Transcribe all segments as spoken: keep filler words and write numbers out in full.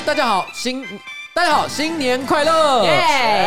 大家好，新大家好，新年快乐！耶！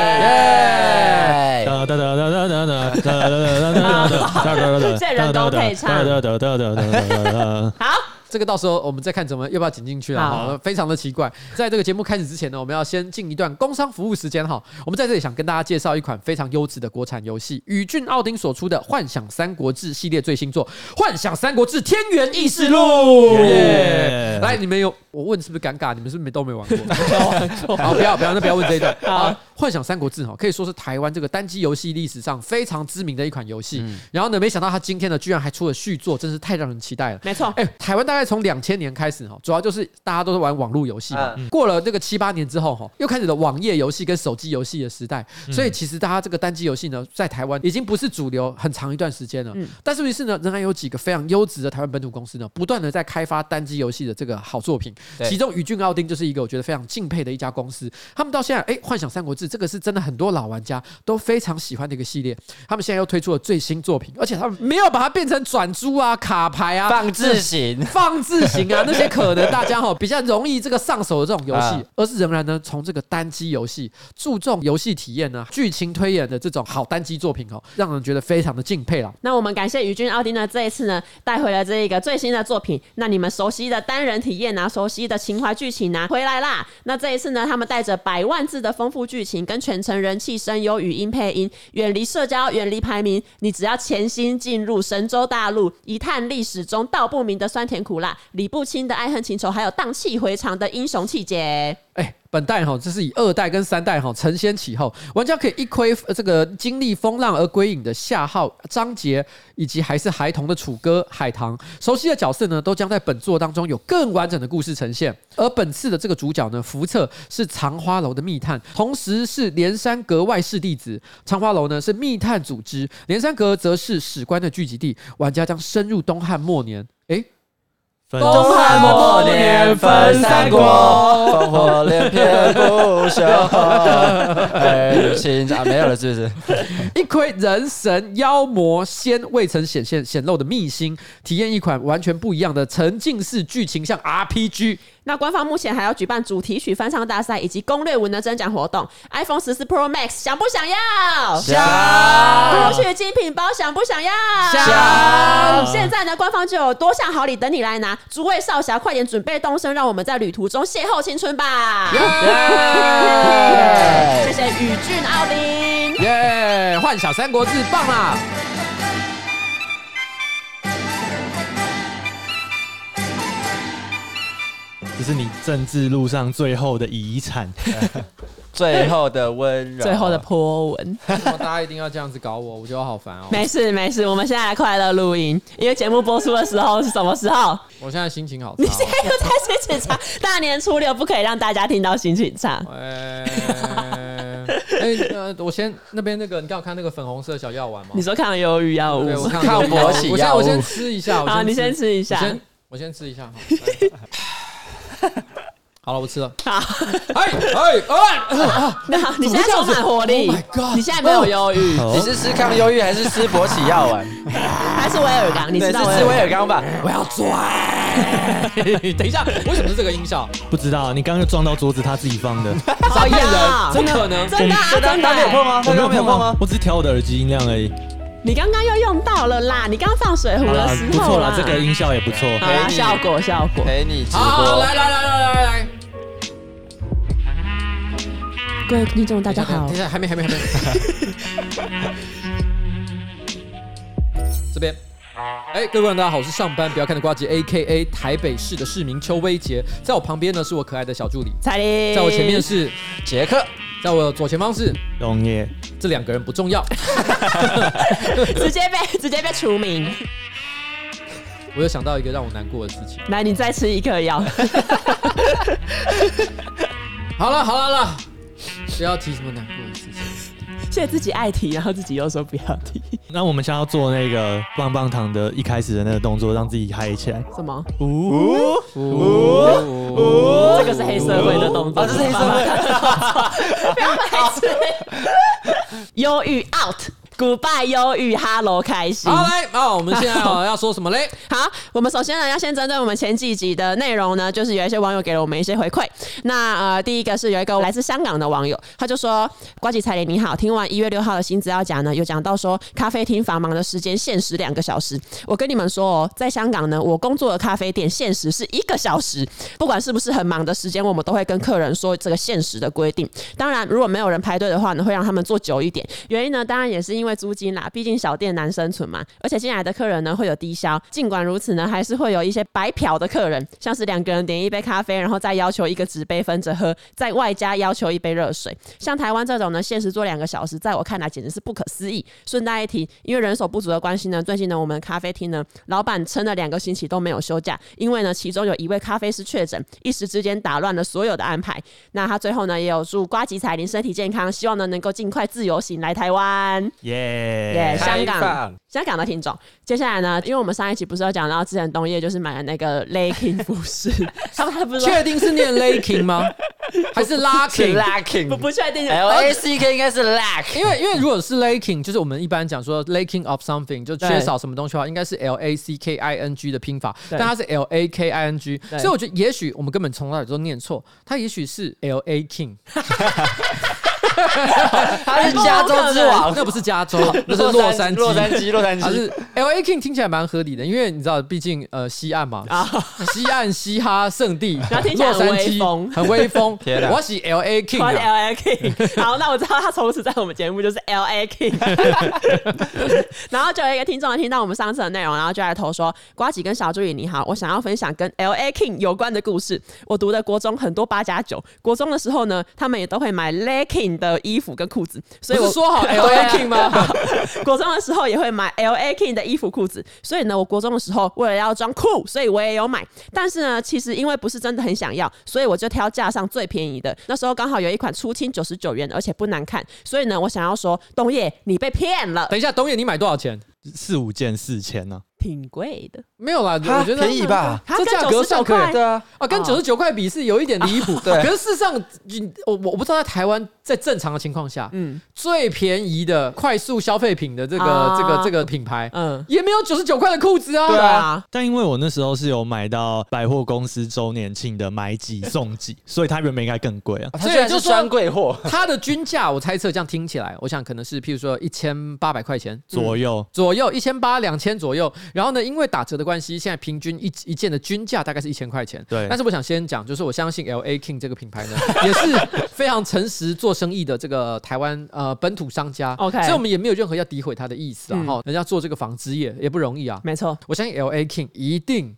哒哒哒哒哒哒哒哒哒哒哒哒， 这人都可以唱。好。 这个到时候我们再看怎么要不要剪进去了，非常的奇怪。在这个节目开始之前呢，我们要先进一段工商服务时间哈。我们在这里想跟大家介绍一款非常优质的国产游戏，宇峻奥丁所出的《幻想三国志》系列最新作《幻想三国志：天元异事录》。来，你们有我问是不是尴尬？你们是不是都没玩过？没有玩过。好，不要不要，那不要问这一段。好，《幻想三国志》哈，可以说是台湾这个单机游戏历史上非常知名的一款游戏。嗯、然后呢，没想到它今天呢，居然还出了续作，真是太让人期待了。 没错， 哎，台湾大概从两千年开始哈，主要就是大家都是玩网络游戏嘛。嗯、过了这个七八年之后哈，又开始了网页游戏跟手机游戏的时代。嗯、所以其实大家这个单机游戏呢，在台湾已经不是主流很长一段时间了。嗯、但是于是呢，仍然有几个非常优质的台湾本土公司呢，不断的在开发单机游戏的这个好作品。其中宇峻奥丁就是一个我觉得非常敬佩的一家公司。他们到现在，哎，《幻想三国志》这个是真的很多老玩家都非常喜欢的一个系列。他们现在又推出了最新作品，而且他们没有把它变成转珠啊、卡牌啊、 放置型、 放置型啊那些可能大家哈比较容易这个上手的这种游戏，啊、而是仍然呢从这个单机游戏注重游戏体验呢、剧情推演的这种好单机作品哦，让人觉得非常的敬佩啦。 那我们感谢宇峻奥丁呢，这一次呢带回了这一个最新的作品。那你们熟悉的单人体验啊，熟悉的情怀剧情啊，回来啦。那这一次呢，他们带着百万字的丰富剧情跟全程人气声优语音配音，远离社交，远离排名，你只要潜心进入神州大陆，一探历史中道不明的酸甜苦辣，理不清的爱恨情仇，还有荡气回肠的英雄气节。 哎，本代哈，这是以二代跟三代哈承先启后，玩家可以一窥这个经历风浪而归隐的夏浩、张杰，以及还是孩童的楚歌、海棠，熟悉的角色呢，都将在本作当中有更完整的故事呈现。而本次的这个主角呢，福策是藏花楼的密探，同时是连山阁外室弟子。藏花楼呢是密探组织，连山阁则是史官的聚集地。玩家将深入东汉末年，哎。 东汉末年分三国，烽火连篇不休。哎，心啊，没有了，是不是？ 一窥人神妖魔仙未曾显现显露的秘辛，体验一款完全不一样的沉浸式剧情向 R P G。 那官方目前还要举办主题曲翻唱大赛以及攻略文的征奖活动。iPhone 十四 Pro Max 想不想要？ 想。 过去精品包想不想要？ 想。 现在呢，官方就有多项好礼等你来拿。诸位少侠，快点准备动身，让我们在旅途中邂逅青春吧！ Yeah! 谢谢宇峻奥丁。 耶！幻想三国志棒啦！ 这是你政治路上最后的遗产， 最后的温柔， 最后的波纹。 为什么大家一定要这样子搞我？我觉得好烦哦。 没事没事，我们现在来快乐录音，因为节目播出的时候是什么时候？ 我现在心情好差、哦。 你现在又在心情差？大年初六不可以让大家听到心情差。 哎、欸呃，我先那边那个，你刚有看那个粉红色小药丸吗？ 你说抗忧郁药物？ 对，我看抗勃起药物。 我先吃一下。 好，你先吃一下。 我先我先吃一下。好了，我吃了。 好， 哎哎哎！ 那你现在充满活力。 Oh my god！ 你现在没有忧郁。 你是吃抗忧郁还是吃勃起药丸？ 还是威尔刚？你知道是吃威尔刚吧？ 我要拽！等一下，为什么是这个音效？ 不知道，你刚刚就撞到桌子，他自己放的。 好骗人！怎么可能？ 真的真的， 他没有碰吗？ 我没有碰吗？我只是调我的耳机音量而已。 你刚刚又用到了啦！你刚放水壶的时候， 不错啦，这个音效也不错。 好啦，效果效果。 陪你直播。 好，来来来来来来。 各位听众，大家好。 等一下，还没还没还没。这边。哎，各位观众大家好，我是上班不要看的呱吉 A K A 台北市的市民邱威杰，在我旁边呢是我可爱的小助理彩玲， 在我前面是杰克， 在我左前方是永业， 这两个人不重要， 直接被直接被除名。 我又想到一个让我难过的事情， 来，你再吃一颗药。 好了好了了，不要提什么难过的事情。 现在自己爱提，然后自己又说不要提。 那我们现在要做那个棒棒糖的一开始的那个动作，让自己嗨起来。 什么？ 呜呜呜！这个是黑社会的动作， 啊，这是黑社会。 不要白痴。忧郁 out。 Goodbye 忧郁 ，Hello 开心。 好，来，哦，我们现在、哦、要说什么嘞？ 好，我们首先呢要先针对我们前几集的内容呢，就是有一些网友给了我们一些回馈。那呃，第一个是有一个来自香港的网友，他就说：“呱吉彩玲你好，听完一月六号的新资料夹呢，有讲到说咖啡厅繁忙的时间限时两个小时。我跟你们说哦，在香港呢，我工作的咖啡店限时是一个小时，不管是不是很忙的时间，我们都会跟客人说这个限时的规定。当然，如果没有人排队的话呢，会让他们做久一点。原因呢，当然也是因为租金啦，毕竟小店难生存嘛。而且进来的客人呢会有低消，尽管如此呢，还是会有一些白嫖的客人，像是两个人点一杯咖啡，然后再要求一个纸杯分着喝，再外加要求一杯热水。像台湾这种呢，限时做两个小时，在我看来简直是不可思议。顺带一提，因为人手不足的关系呢，最近呢，我们的咖啡厅呢，老板撑了两个星期都没有休假，因为呢，其中有一位咖啡师确诊，一时之间打乱了所有的安排。那他最后呢，也有祝呱吉彩玲身体健康，希望呢能够尽快自由行来台湾。 耶耶，香港开放香港的听众。接下来呢，因为我们上一期不是有讲到之前东叶就是买了那个 Laking 服饰，他们他不是说确定是念 Laking 吗？还是 Lacking？ lacking 不不确定 L A C K 应该是 lack， 因为因为如果是 lacking， 就是我们一般讲说 lacking of something， 就缺少什么东西的话，应该是 L A C K I N G 的拼法，但它是 L A K I N G， 所以我觉得也许我们根本从来都念错，它也许是 L A King。 他是加州之王， 那不是加州，那是洛杉矶。 洛杉矶，洛杉矶。 还是 L A King 听起来蛮合理的，因为你知道，毕竟呃西岸嘛，西岸嘻哈圣地，洛杉矶很威风。我喜 L A King， 我喜 L A King。好，那我知道他从此在我们节目就是 L A King。然后就有一个听众听到我们上次的内容，然后就来投说：“呱吉跟小助理你好，我想要分享跟 L A King 有关的故事。我读的国中很多八加九，国中的时候呢，他们也都会买 Laking 的衣服跟裤子，所以我不是说好 L A King 吗？ 国中的时候也会买 L A King 的衣服裤子，所以呢，我国中的时候为了要装酷，所以我也有买。但是呢，其实因为不是真的很想要，所以我就挑架上最便宜的。那时候刚好有一款出清九十九元，而且不难看，所以呢，我想要说，东叶你被骗了。 等一下，东叶你买多少钱？ 四五件四千呢？ 挺贵的， 没有啦，我觉得便宜吧？ 这价格上可以， 对啊， 啊，跟九十九块比是有一点离谱。 对， 可是事实上，我我不知道在台湾，在正常的情况下，嗯，最便宜的快速消费品的这个、啊、这个这个品牌，嗯，也没有九十九块的裤子啊。 对啊， 但因为我那时候是有买到百货公司周年庆的买几送几，所以它原本应该更贵啊。 所以就是专柜货， 它的均价我猜测这样听起来，我想可能是譬如说一千八百块钱左右， 嗯、左右一千八两千左右。然后呢，因为打折的关系，现在平均一一件的均价大概是一千块钱。 对， 但是我想先讲，就是我相信 L A King 这个品牌呢，也是非常诚实做生意的这个台湾呃本土商家。 OK， 所以我们也没有任何要诋毁他的意思啊。哈、嗯，人家做这个纺织业也不容易啊。 没错， 我相信 L A King 一定。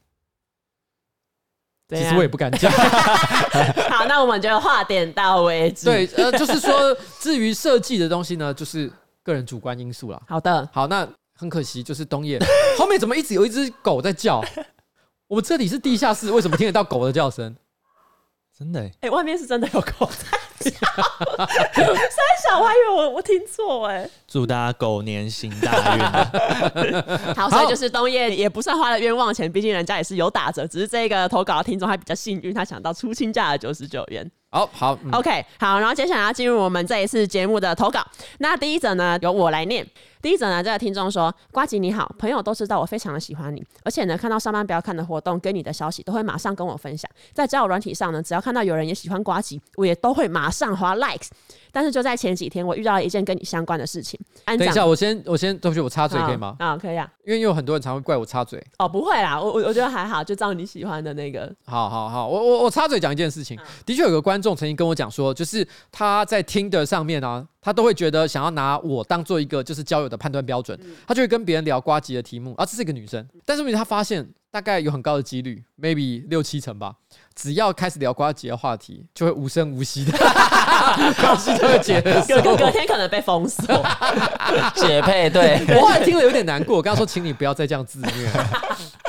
其实我也不敢讲。 好，那我们就话点到为止。 对，呃，就是说，至于设计的东西呢，就是个人主观因素啦。 好的， 好，那很可惜，就是东叶后面怎么一直有一只狗在叫？我们这里是地下室，为什么听得到狗的叫声？ 真的哎、 欸欸，外面是真的有狗在叫。三小，我还以为我我听错哎。 祝大家狗年行大运。 好，所以就是东叶也不算花了冤枉钱，毕竟人家也是有打折，只是这个投稿的听众还比较幸运，他抢到出清价的九十九元。 好好、嗯、 ，OK， 好，然后接下来要进入我们这一次节目的投稿。那第一则呢，由我来念。第一则呢，这个听众说：“呱吉你好，朋友都知道我非常的喜欢你，而且呢，看到上班不要看的活动跟你的消息，都会马上跟我分享。在交友软体上呢，只要看到有人也喜欢呱吉，我也都会马上滑 likes。但是就在前几天，我遇到了一件跟你相关的事情。等一下，我先我先对不起，我插嘴可以吗？ 啊，可以啊。 因为有很多人常会怪我插嘴。 哦，不会啦，我我我觉得还好，就照你喜欢的那个。 好好好，我我我插嘴讲一件事情。的确有个观众曾经跟我讲说，就是他在 Tinder 上面啊。”他都会觉得想要拿我当做一个就是交友的判断标准，嗯、他就会跟别人聊呱吉的题目，啊，这是一个女生，但是他发现大概有很高的几率 ，maybe 六七成吧，只要开始聊呱吉的话题，就会无声无息的，呱吉就会解隔隔天可能被封锁， 解配对。 我后来听了有点难过，我刚刚说请你不要再这样自虐。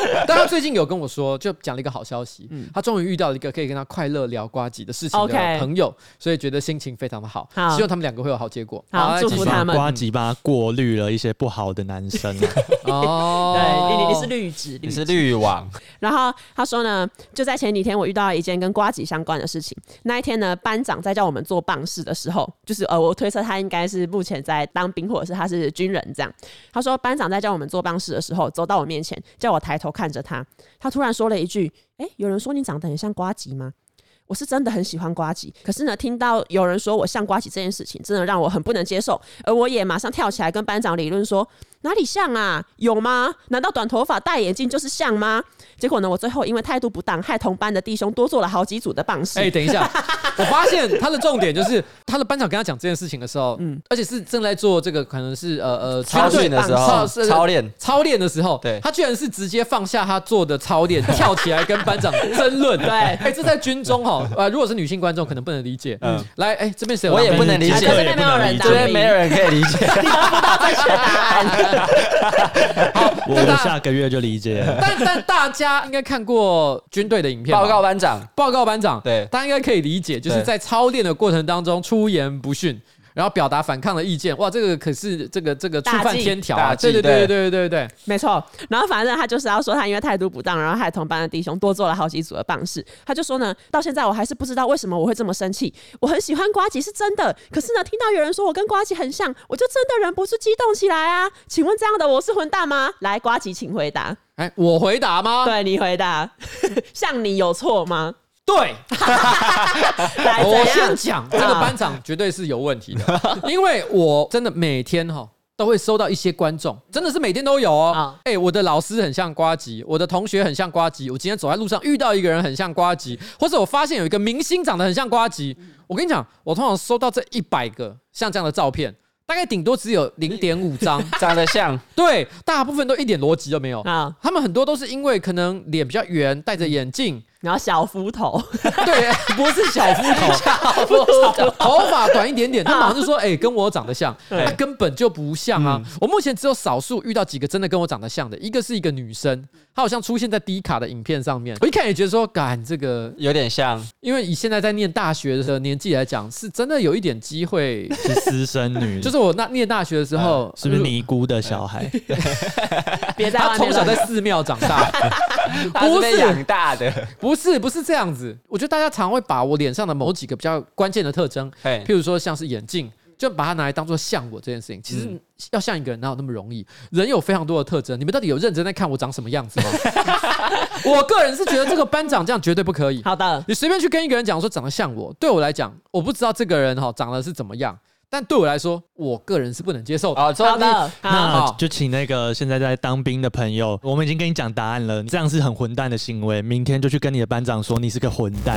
但他最近有跟我说，就讲了一个好消息，嗯、他终于遇到了一个可以跟他快乐聊呱吉的事情的朋友， okay. 所以觉得心情非常的好，好希望他们两个会有好结果。 好，祝福他们。 呱吉帮他过滤了一些不好的男生、啊。 哦，对，你你是绿植， 你是滤网。 然后他说呢，就在前几天我遇到一件跟呱吉相关的事情。那一天呢，班长在叫我们做棒式的时候，就是呃，我推测他应该是目前在当兵，或者是他是军人这样。他说班长在叫我们做棒式的时候，走到我面前，叫我抬头看着他。他突然说了一句：“哎、欸，有人说你长得很像呱吉吗？”我是真的很喜欢呱吉，可是呢，听到有人说我像呱吉这件事情，真的让我很不能接受。而我也马上跳起来跟班长理论说：“哪里像啊？有吗？难道短头发戴眼镜就是像吗？”结果呢，我最后因为态度不当，害同班的弟兄多做了好几组的棒式。 哎、欸，等一下，我发现他的重点就是他的班长跟他讲这件事情的时候，嗯，而且是正在做这个可能是呃呃操练的时候，操练操练的时候， 对， 他居然是直接放下他做的操练，跳起来跟班长争论。 对， 哎、欸，这在军中哈，呃，如果是女性观众可能不能理解，嗯，来，哎、欸，这边谁有？ 我也不能理解， 这边没有人， 这边没有人可以理解， 你得不到正确答案。 好， 我下个月就理解了。 但但大家应该看过军队的影片， 报告班长， 报告班长， 对， 大家应该可以理解，就是在操练的过程当中出言不逊。然后表达反抗的意见，哇，这个可是这个这个触犯天条啊！对对对对对对对， 没错。然后反正他就是要说他因为态度不当，然后害同班的弟兄多做了好几组的棒式。他就说呢，到现在我还是不知道为什么我会这么生气。我很喜欢呱吉是真的，可是呢，听到有人说我跟呱吉很像，我就真的忍不住激动起来啊！请问这样的我是混蛋吗？来，呱吉，请回答。 哎，我回答吗？ 对，你回答。像你有错吗？ 对，我先讲，这个班长绝对是有问题的，因为我真的每天哈都会收到一些观众，真的是每天都有哦。哎、欸，我的老师很像呱吉，我的同学很像呱吉，我今天走在路上遇到一个人很像呱吉，或者我发现有一个明星长得很像呱吉。我跟你讲，我通常收到这一百个像这样的照片，大概顶多只有零点五张长得像， 对，大部分都一点逻辑都没有啊。 他们很多都是因为可能脸比较圆，戴着眼镜。 然后小夫头， 对，不是小夫头， 小夫头， 头发短一点点，他马上就说：“哎、欸，跟我长得像。”他根本就不像啊！嗯、我目前只有少数遇到几个真的跟我长得像的，一个是一个女生，她好像出现在迪卡的影片上面。我一看也觉得说，干这个有点像， 因为以现在在念大学的年纪来讲，是真的有一点机会是私生女。 就是我那念大学的时候， 嗯、是不是尼姑的小孩？ 别在他从小在寺庙长大， 不是养大的， 不是不是这样子。我觉得大家常会把我脸上的某几个比较关键的特征，譬如说像是眼镜，就把它拿来当做像我这件事情。其实要像一个人哪有那么容易？人有非常多的特征，你们到底有认真在看我长什么样子吗？我个人是觉得这个班长这样绝对不可以。 好的， 你随便去跟一个人讲说长得像我，对我来讲，我不知道这个人哈长得是怎么样。但对我来说，我个人是不能接受的。 好的， 那就请那个现在在当兵的朋友，我们已经跟你讲答案了，这样是很混蛋的行为。明天就去跟你的班长说你是个混蛋。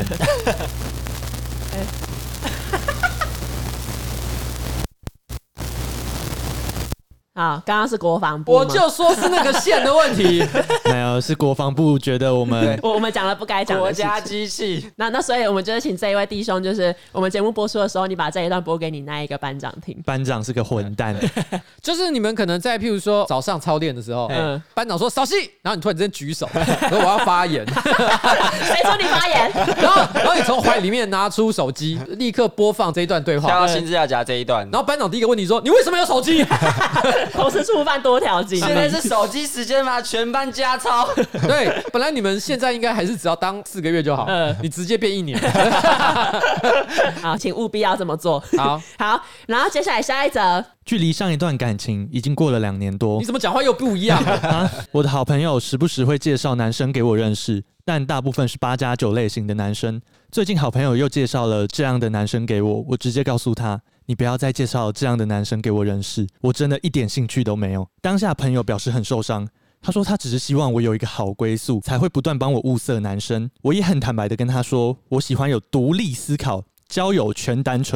好，刚刚是国防部， 我就说是那个线的问题。 没有，是国防部觉得我们我们讲了不该讲的国家机器。 那那所以我们就是请这一位弟兄，就是我们节目播出的时候，你把这一段播给你那一个班长听。 班长是个混蛋， 就是你们可能在譬如说早上操练的时候，嗯，班长说扫息，然后你突然之间举手，说我要发言。 谁说你发言？ 然后然后你从怀里面拿出手机，立刻播放这一段对话， 跳到新资料夹这一段。 然后班长第一个问你说：“你为什么有手机？” 同时触犯多条禁令。 现在是手机时间吗？全班加操。 对，本来你们现在应该还是只要当四个月就好，嗯，你直接变一年。 好，请务必要这么做。 好， 好，然后接下来下一则。 距离上一段感情已经过了两年多， 你怎么讲话又不一样啊？我的好朋友时不时会介绍男生给我认识，但大部分是八加九类型的男生。最近好朋友又介绍了这样的男生给我，我直接告诉他，你不要再介绍这样的男生给我认识，我真的一点兴趣都没有。当下朋友表示很受伤，他说他只是希望我有一个好归宿，才会不断帮我物色男生。我也很坦白的跟他说，我喜欢有独立思考、交友全单纯、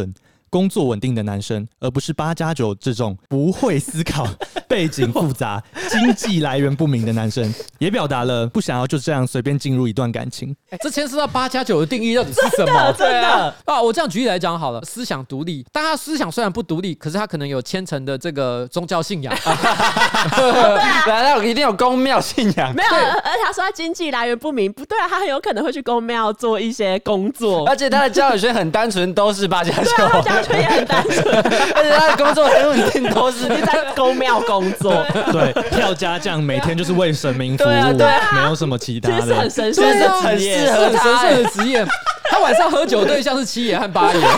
工作稳定的男生，而不是八加九这种不会思考、背景复杂、经济来源不明的男生，也表达了不想要就这样随便进入一段感情。 欸、这牵涉到八加九的定义到底是什么？ 真的啊，我这样举例来讲好了，思想独立，但他思想虽然不独立，可是他可能有虔诚的这个宗教信仰。 对啊，那一定有宫庙信仰。 没有，而且他说他经济来源不明，不对啊，他很有可能会去宫庙做一些工作， 而且他的交友圈很单纯，都是八加九。 对啊，他交友圈也很单纯， 而且他的工作很稳定，都是你在宫庙工作。 对，跳家将每天就是为神明服务， 对啊对啊没有什么其他其实是很的。 神圣对啊的职业， 很适合很神圣的职业。他晚上喝酒对象是七爷和八爷，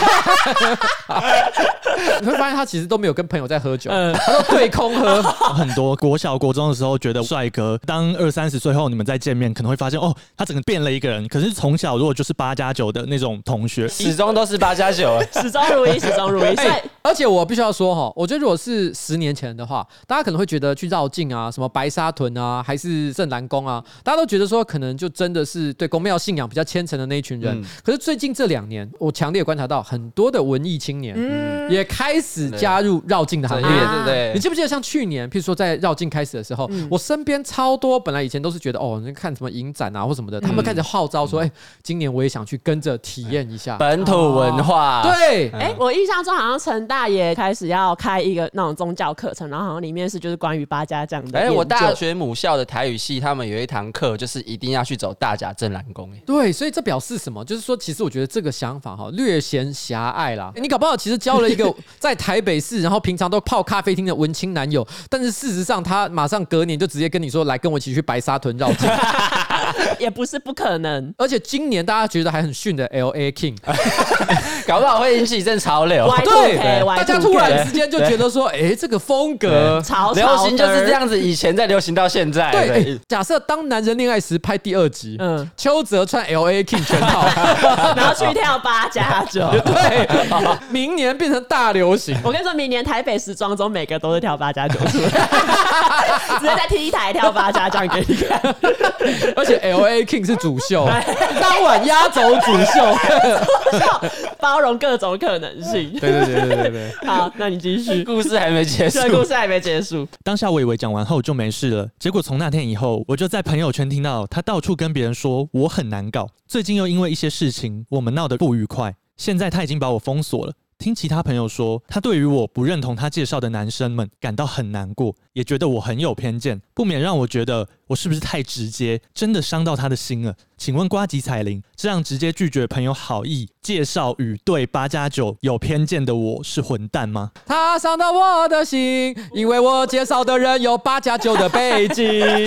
你会发现他其实都没有跟朋友在喝酒， 嗯他都对空喝。 很多国小国中的时候觉得帅哥，当二三十岁后你们再见面，可能会发现哦，他整个变了一个人。可是从小如果就是八加九的那种同学， 始终都是八加九。 始终如一，始终如一。所以欸而且我必须要说哈，我觉得如果是十年前的话，大家可能会觉得去绕境啊，什么白沙屯啊，还是镇南宫啊，大家都觉得说可能就真的是对宫庙信仰比较虔诚的那一群人。嗯、可是最近这两年，我强烈观察到很多的文艺青年也开始加入绕境的行列， 对不对？ 你记不记得像去年，譬如说在绕境开始的时候，嗯、我身边超多本来以前都是觉得哦，你看什么影展啊或什么的，他们开始号召说，哎、欸，今年我也想去跟着体验一下本土文化。 哦、对， 哎、欸，我印象中好像成大也开始要开一个那种宗教课程，然后好像里面是就是关于八家将的。哎、欸， 我大学母校的台语系，他们有一堂课就是一定要去走大甲镇澜宫。 对，所以这表示什么？就是说，其实我觉得这个想法哈略显狭隘啦。你搞不好其实交了一个在台北市，然后平常都泡咖啡厅的文青男友，但是事实上他马上隔年就直接跟你说，来跟我一起去白沙屯绕境。 也不是不可能， 而且今年大家觉得还很逊的 L A King， 搞不好会引起一阵潮流。 对，大家突然之间就觉得说，哎、欸，这个风格潮流行就是这样子，以前在流行到现在。 对，對欸、假设当男人恋爱时拍第二集，嗯，邱泽穿 L A King 全套， 然后去跳八加九， 对，明年变成大流行。 我跟你说，明年台北时装周每个都是跳八加九出来，直接在 T 台跳八加九给你看。 而且 L A King 是主秀，当晚压轴主秀， 包容各种可能性。 对对对对对对。 好，那你继续， 故事还没结束， 故事还没结束。 当下我以为讲完后就没事了，结果从那天以后，我就在朋友圈听到他到处跟别人说我很难搞。最近又因为一些事情，我们闹得不愉快，现在他已经把我封锁了。听其他朋友说，他对于我不认同他介绍的男生们感到很难过，也觉得我很有偏见，不免让我觉得我是不是太直接，真的伤到他的心了。请问呱吉彩玲，这样直接拒绝朋友好意介绍与对八加九有偏见的我是混蛋吗？ 他伤到我的心，因为我介绍的人有八加九的背景。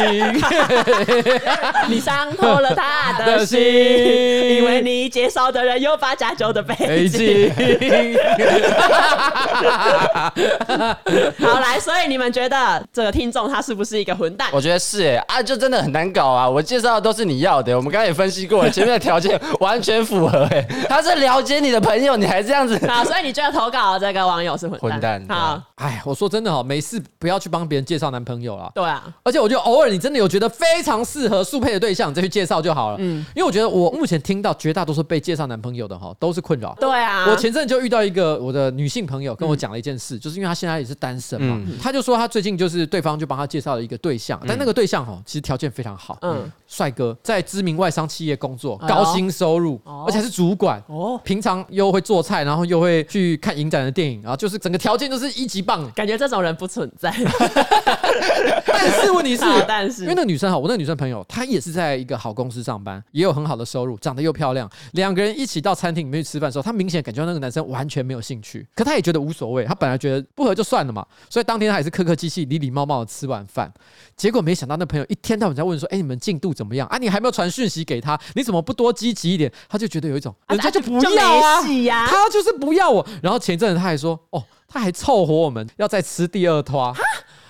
你伤透了他的心，因为你介绍的人有八加九的背景。好，来，所以你们觉得这个听众他是不是一个混蛋？ 我觉得是哎啊，就真的很难搞啊！我介绍的都是你要的，我们刚才也分析过了，前面的条件完全符合哎。他是了解你的朋友，你还这样子。 好，所以你觉得投稿的这个网友是混蛋？ 混蛋。 好， 哎，我说真的哈，没事不要去帮别人介绍男朋友啦。 对啊， 而且我觉得偶尔你真的有觉得非常适合速配的对象，你再去介绍就好了。嗯，因为我觉得我目前听到绝大多数被介绍男朋友的哈，都是困扰。 对啊， 我前阵就遇到一个我的女性朋友跟我讲了一件事，嗯、就是因为她现在也是单身嘛，嗯、她就说她最近就是对方就帮她介绍了一个对象，嗯、但那个对象哈其实条件非常好，嗯，帅哥，在知名外商企业工作，哎、高薪收入，哦、而且还是主管，哦，平常又会做菜，然后又会去看影展的电影，然后就是整个条件都是一级棒， 感觉这种人不存在。 但是问题是， 但是因为那个女生哈，我那个女生朋友，她也是在一个好公司上班，也有很好的收入，长得又漂亮，两个人一起到餐厅里面去吃饭的时候，她明显感觉到那个男生完全没有兴趣，可她也觉得无所谓，她本来觉得不合就算了嘛，所以当天她还是客客气气、礼礼貌貌的吃完饭。结果没想到那朋友一天到晚在问说：“哎、欸，你们进度怎么样啊？你还没有传讯息给他，你怎么不多积极一点？”他就觉得有一种人家就不要啊， 啊他就是不要我。然后前阵子他还说：“哦，他还凑合我们要再吃第二拖。”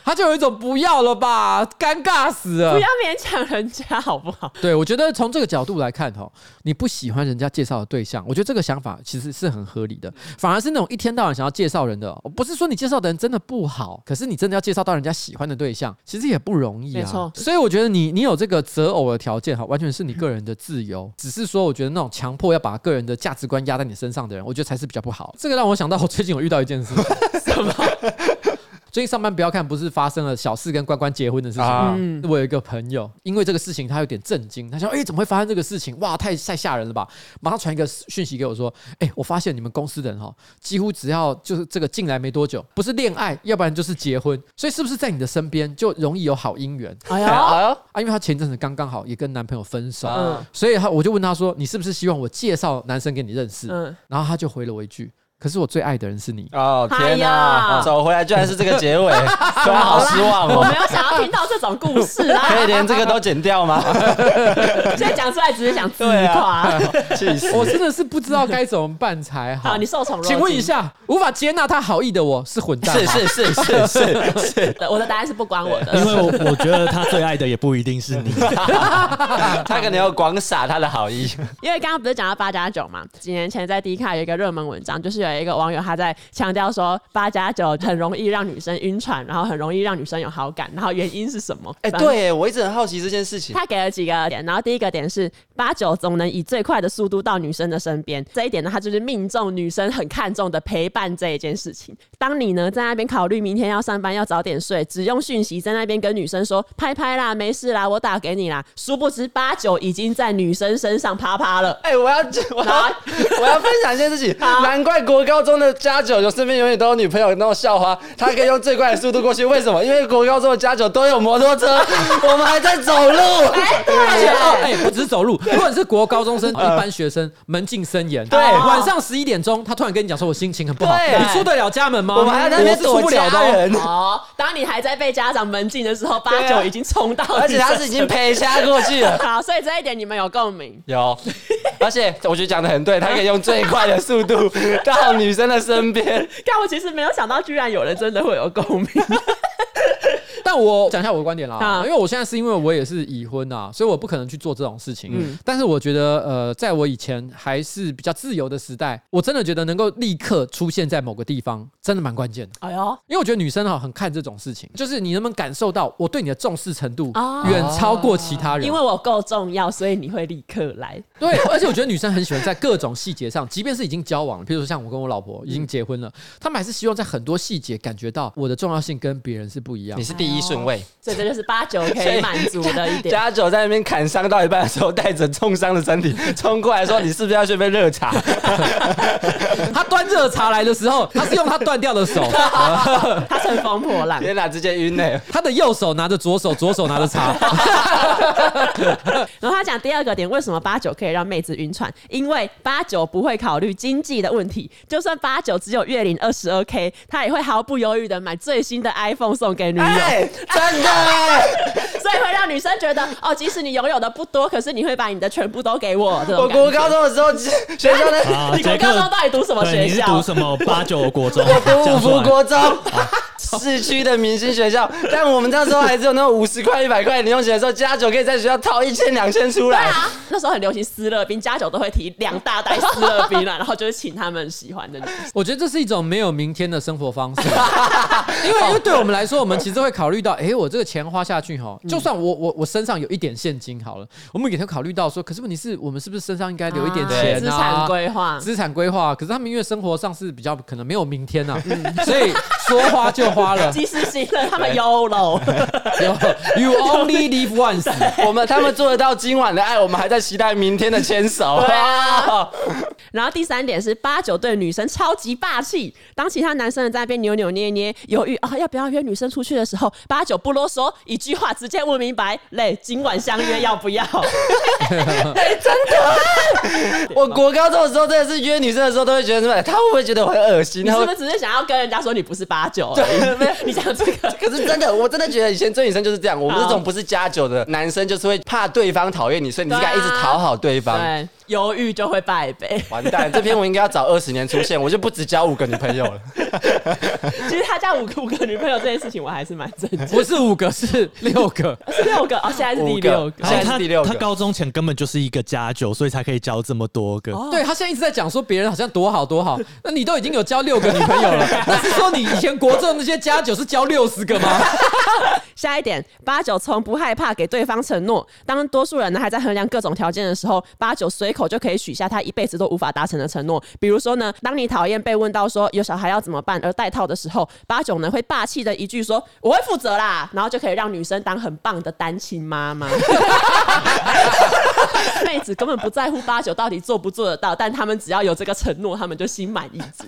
他就有一种不要了吧，尴尬死了。 不要勉强人家好不好？ 对，我觉得从这个角度来看哈，你不喜欢人家介绍的对象，我觉得这个想法其实是很合理的。反而是那种一天到晚想要介绍人的，不是说你介绍的人真的不好，可是你真的要介绍到人家喜欢的对象，其实也不容易啊。 没错， 所以我觉得你你有这个择偶的条件哈，完全是你个人的自由。只是说，我觉得那种强迫要把个人的价值观压在你身上的人，我觉得才是比较不好。这个让我想到，我最近有遇到一件事。什么？最近上班不要看，不是发生了小事跟关关结婚的事情、啊嗯、我有一个朋友因为这个事情他有点震惊，他说哎、欸，怎么会发生这个事情，哇，太太吓人了吧，马上传一个讯息给我说，哎、欸，我发现你们公司的人几乎只要就是这个进来没多久，不是恋爱要不然就是结婚，所以是不是在你的身边就容易有好姻缘。哎呀啊，因为他前阵子刚刚好也跟男朋友分手、嗯、所以他我就问他说，你是不是希望我介绍男生给你认识、嗯、然后他就回了我一句，可是我最爱的人是你。 哦天哪，走回来居然是这个结尾，突然好失望哦。 我没有想要听到这种故事啊， 可以连这个都剪掉吗？ 现在讲出来只是想自夸， 气死！ 我真的是不知道该怎么办才好。 好，你受宠若惊。 请问一下，无法接纳他好意的我是混蛋吗？ 是是是是是是， 我的答案是不关我的， 因为我我觉得他最爱的也不一定是你， 他可能要广撒他的好意。 因为刚刚不是讲到八加九嘛，几年前在 D 卡有一个热门文章，就是有一个网友他在强调说八加九很容易让女生晕船，然后很容易让女生有好感，然后原因是什么？ 哎、欸，对，我一直很好奇这件事情。 他给了几个点，然后第一个点是八九总能以最快的速度到女生的身边，这一点呢，他就是命中女生很看重的陪伴这一件事情。当你呢在那边考虑明天要上班要早点睡，只用讯息在那边跟女生说拍拍啦，没事啦，我打给你啦，殊不知八九已经在女生身上啪啪了。 哎、欸，我要我要我要分享一件事情，难怪国高中的加九有身边永远都有女朋友那种校花，他可以用最快的速度过去，为什么？因为国高中的加九都有摩托车，我们还在走路。 哎，对， 哎，不只是走路，如果你是国高中生、一般学生，门禁森严。 对， 晚上十一点钟，他突然跟你讲说我心情很不好，你出得了家门吗？ 我们还在那边躲家人。 哦，当你还在被家长门禁的时候，八九已经冲到， 而且他是已经陪掐过去了。 好，所以这一点你们有共鸣。 有，而且我觉得讲得很对，他可以用最快的速度到女生的身边。 但我其实没有想到，居然有人真的会有共鸣。 但我讲一下我的观点啦，啊、因为我现在是因为我也是已婚啊，所以我不可能去做这种事情。嗯、但是我觉得，呃，在我以前还是比较自由的时代，我真的觉得能够立刻出现在某个地方，真的蛮关键的。哎呦，因为我觉得女生哈很看这种事情，就是你能不能感受到我对你的重视程度远超过其他人， 因为我够重要，所以你会立刻来。 对，而且我觉得女生很喜欢在各种细节上，即便是已经交往了，譬如说像我跟我老婆已经结婚了，他们还是希望在很多细节感觉到我的重要性跟别人是不一样的。 你是第一顺位。 所以这就是八九可以满足的一点。 加九在那边砍伤到一半的时候，带着重伤的身体冲过来说：“你是不是要去杯热茶？” 他端热茶来的时候，他是用他断掉的手， 他乘风破浪。 天哪，直接晕嘞！ 他的右手拿着左手，左手拿着茶。 然后他讲第二个点，为什么八九可以让妹子晕船？因为八九不会考虑经济的问题，就算八九只有月领二十二 K， 他也会毫不犹豫的买最新的 iPhone 送给女友。 欸、真的。 所以会让女生觉得哦，即使你拥有的不多，可是你会把你的全部都给我。 我国高中的时候，学校的、 啊、你国高中到底读什么学校？ 你是读什么八九国中？ 我读五福国中，市区的明星学校。但我们那时候还只有那种五十块、一百块零用钱的时候，加九可以在学校掏一千、两千出来。 啊，那时候很流行斯乐冰，加九都会提两大袋斯乐冰啊，然后就是请他们喜欢的女生。 我觉得这是一种没有明天的生活方式，因为因为对我们来说，我们其实会考虑到，哎、欸，我这个钱花下去哈，就算我我我身上有一点现金好了，我们也会考虑到说，可是问题是我们是不是身上应该留一点钱啊？ 资产规划， 资产规划。可是他们因为生活上是比较可能没有明天啊，嗯、所以说花就花了。 及时行乐，他们 YOLO， You only live once。 我们他们做得到今晚的爱，我们还在期待明天的牵手。 对啊。然后第三点是八九对女生超级霸气，当其他男生在那边扭扭捏捏犹豫啊要不要约女生出去的时候，八九不啰嗦，一句话直接问明白，嘞，今晚相约要不要？ 欸、真的，我国高中的时候真的是约女生的时候都会觉得什么，他会不会觉得我很恶心？ 你是不是只是想要跟人家说你不是八九？对，你讲这个， 可是真的，我真的觉得以前追女生就是这样，我们这种不是加九的男生就是会怕对方讨厌你，所以你就该一直讨好对方。 对， 犹豫就会败北。 完蛋，这篇我应该要早二十年出现，我就不只交五个女朋友了。 其实他交五个五个女朋友这件事情，我还是蛮震惊。 不是五个，是六个， 是六个哦，现在是第六个。 现在是第六个。 他高中前根本就是一个加九，所以才可以交这么多个。 对，他现在一直在讲说别人好像多好多好，那你都已经有交六个女朋友了，那是说你以前国中那些加九是交六十个吗？ 下一点，八九从不害怕给对方承诺。当多数人呢还在衡量各种条件的时候，八九随口就可以许下他一辈子都无法达成的承诺。比如说呢，当你讨厌被问到说有小孩要怎么办而带套的时候，八九呢会霸气的一句说我会负责啦，然后就可以让女生当很棒的单亲妈妈。妹子根本不在乎八九到底做不做得到，但他们只要有这个承诺，他们就心满意足。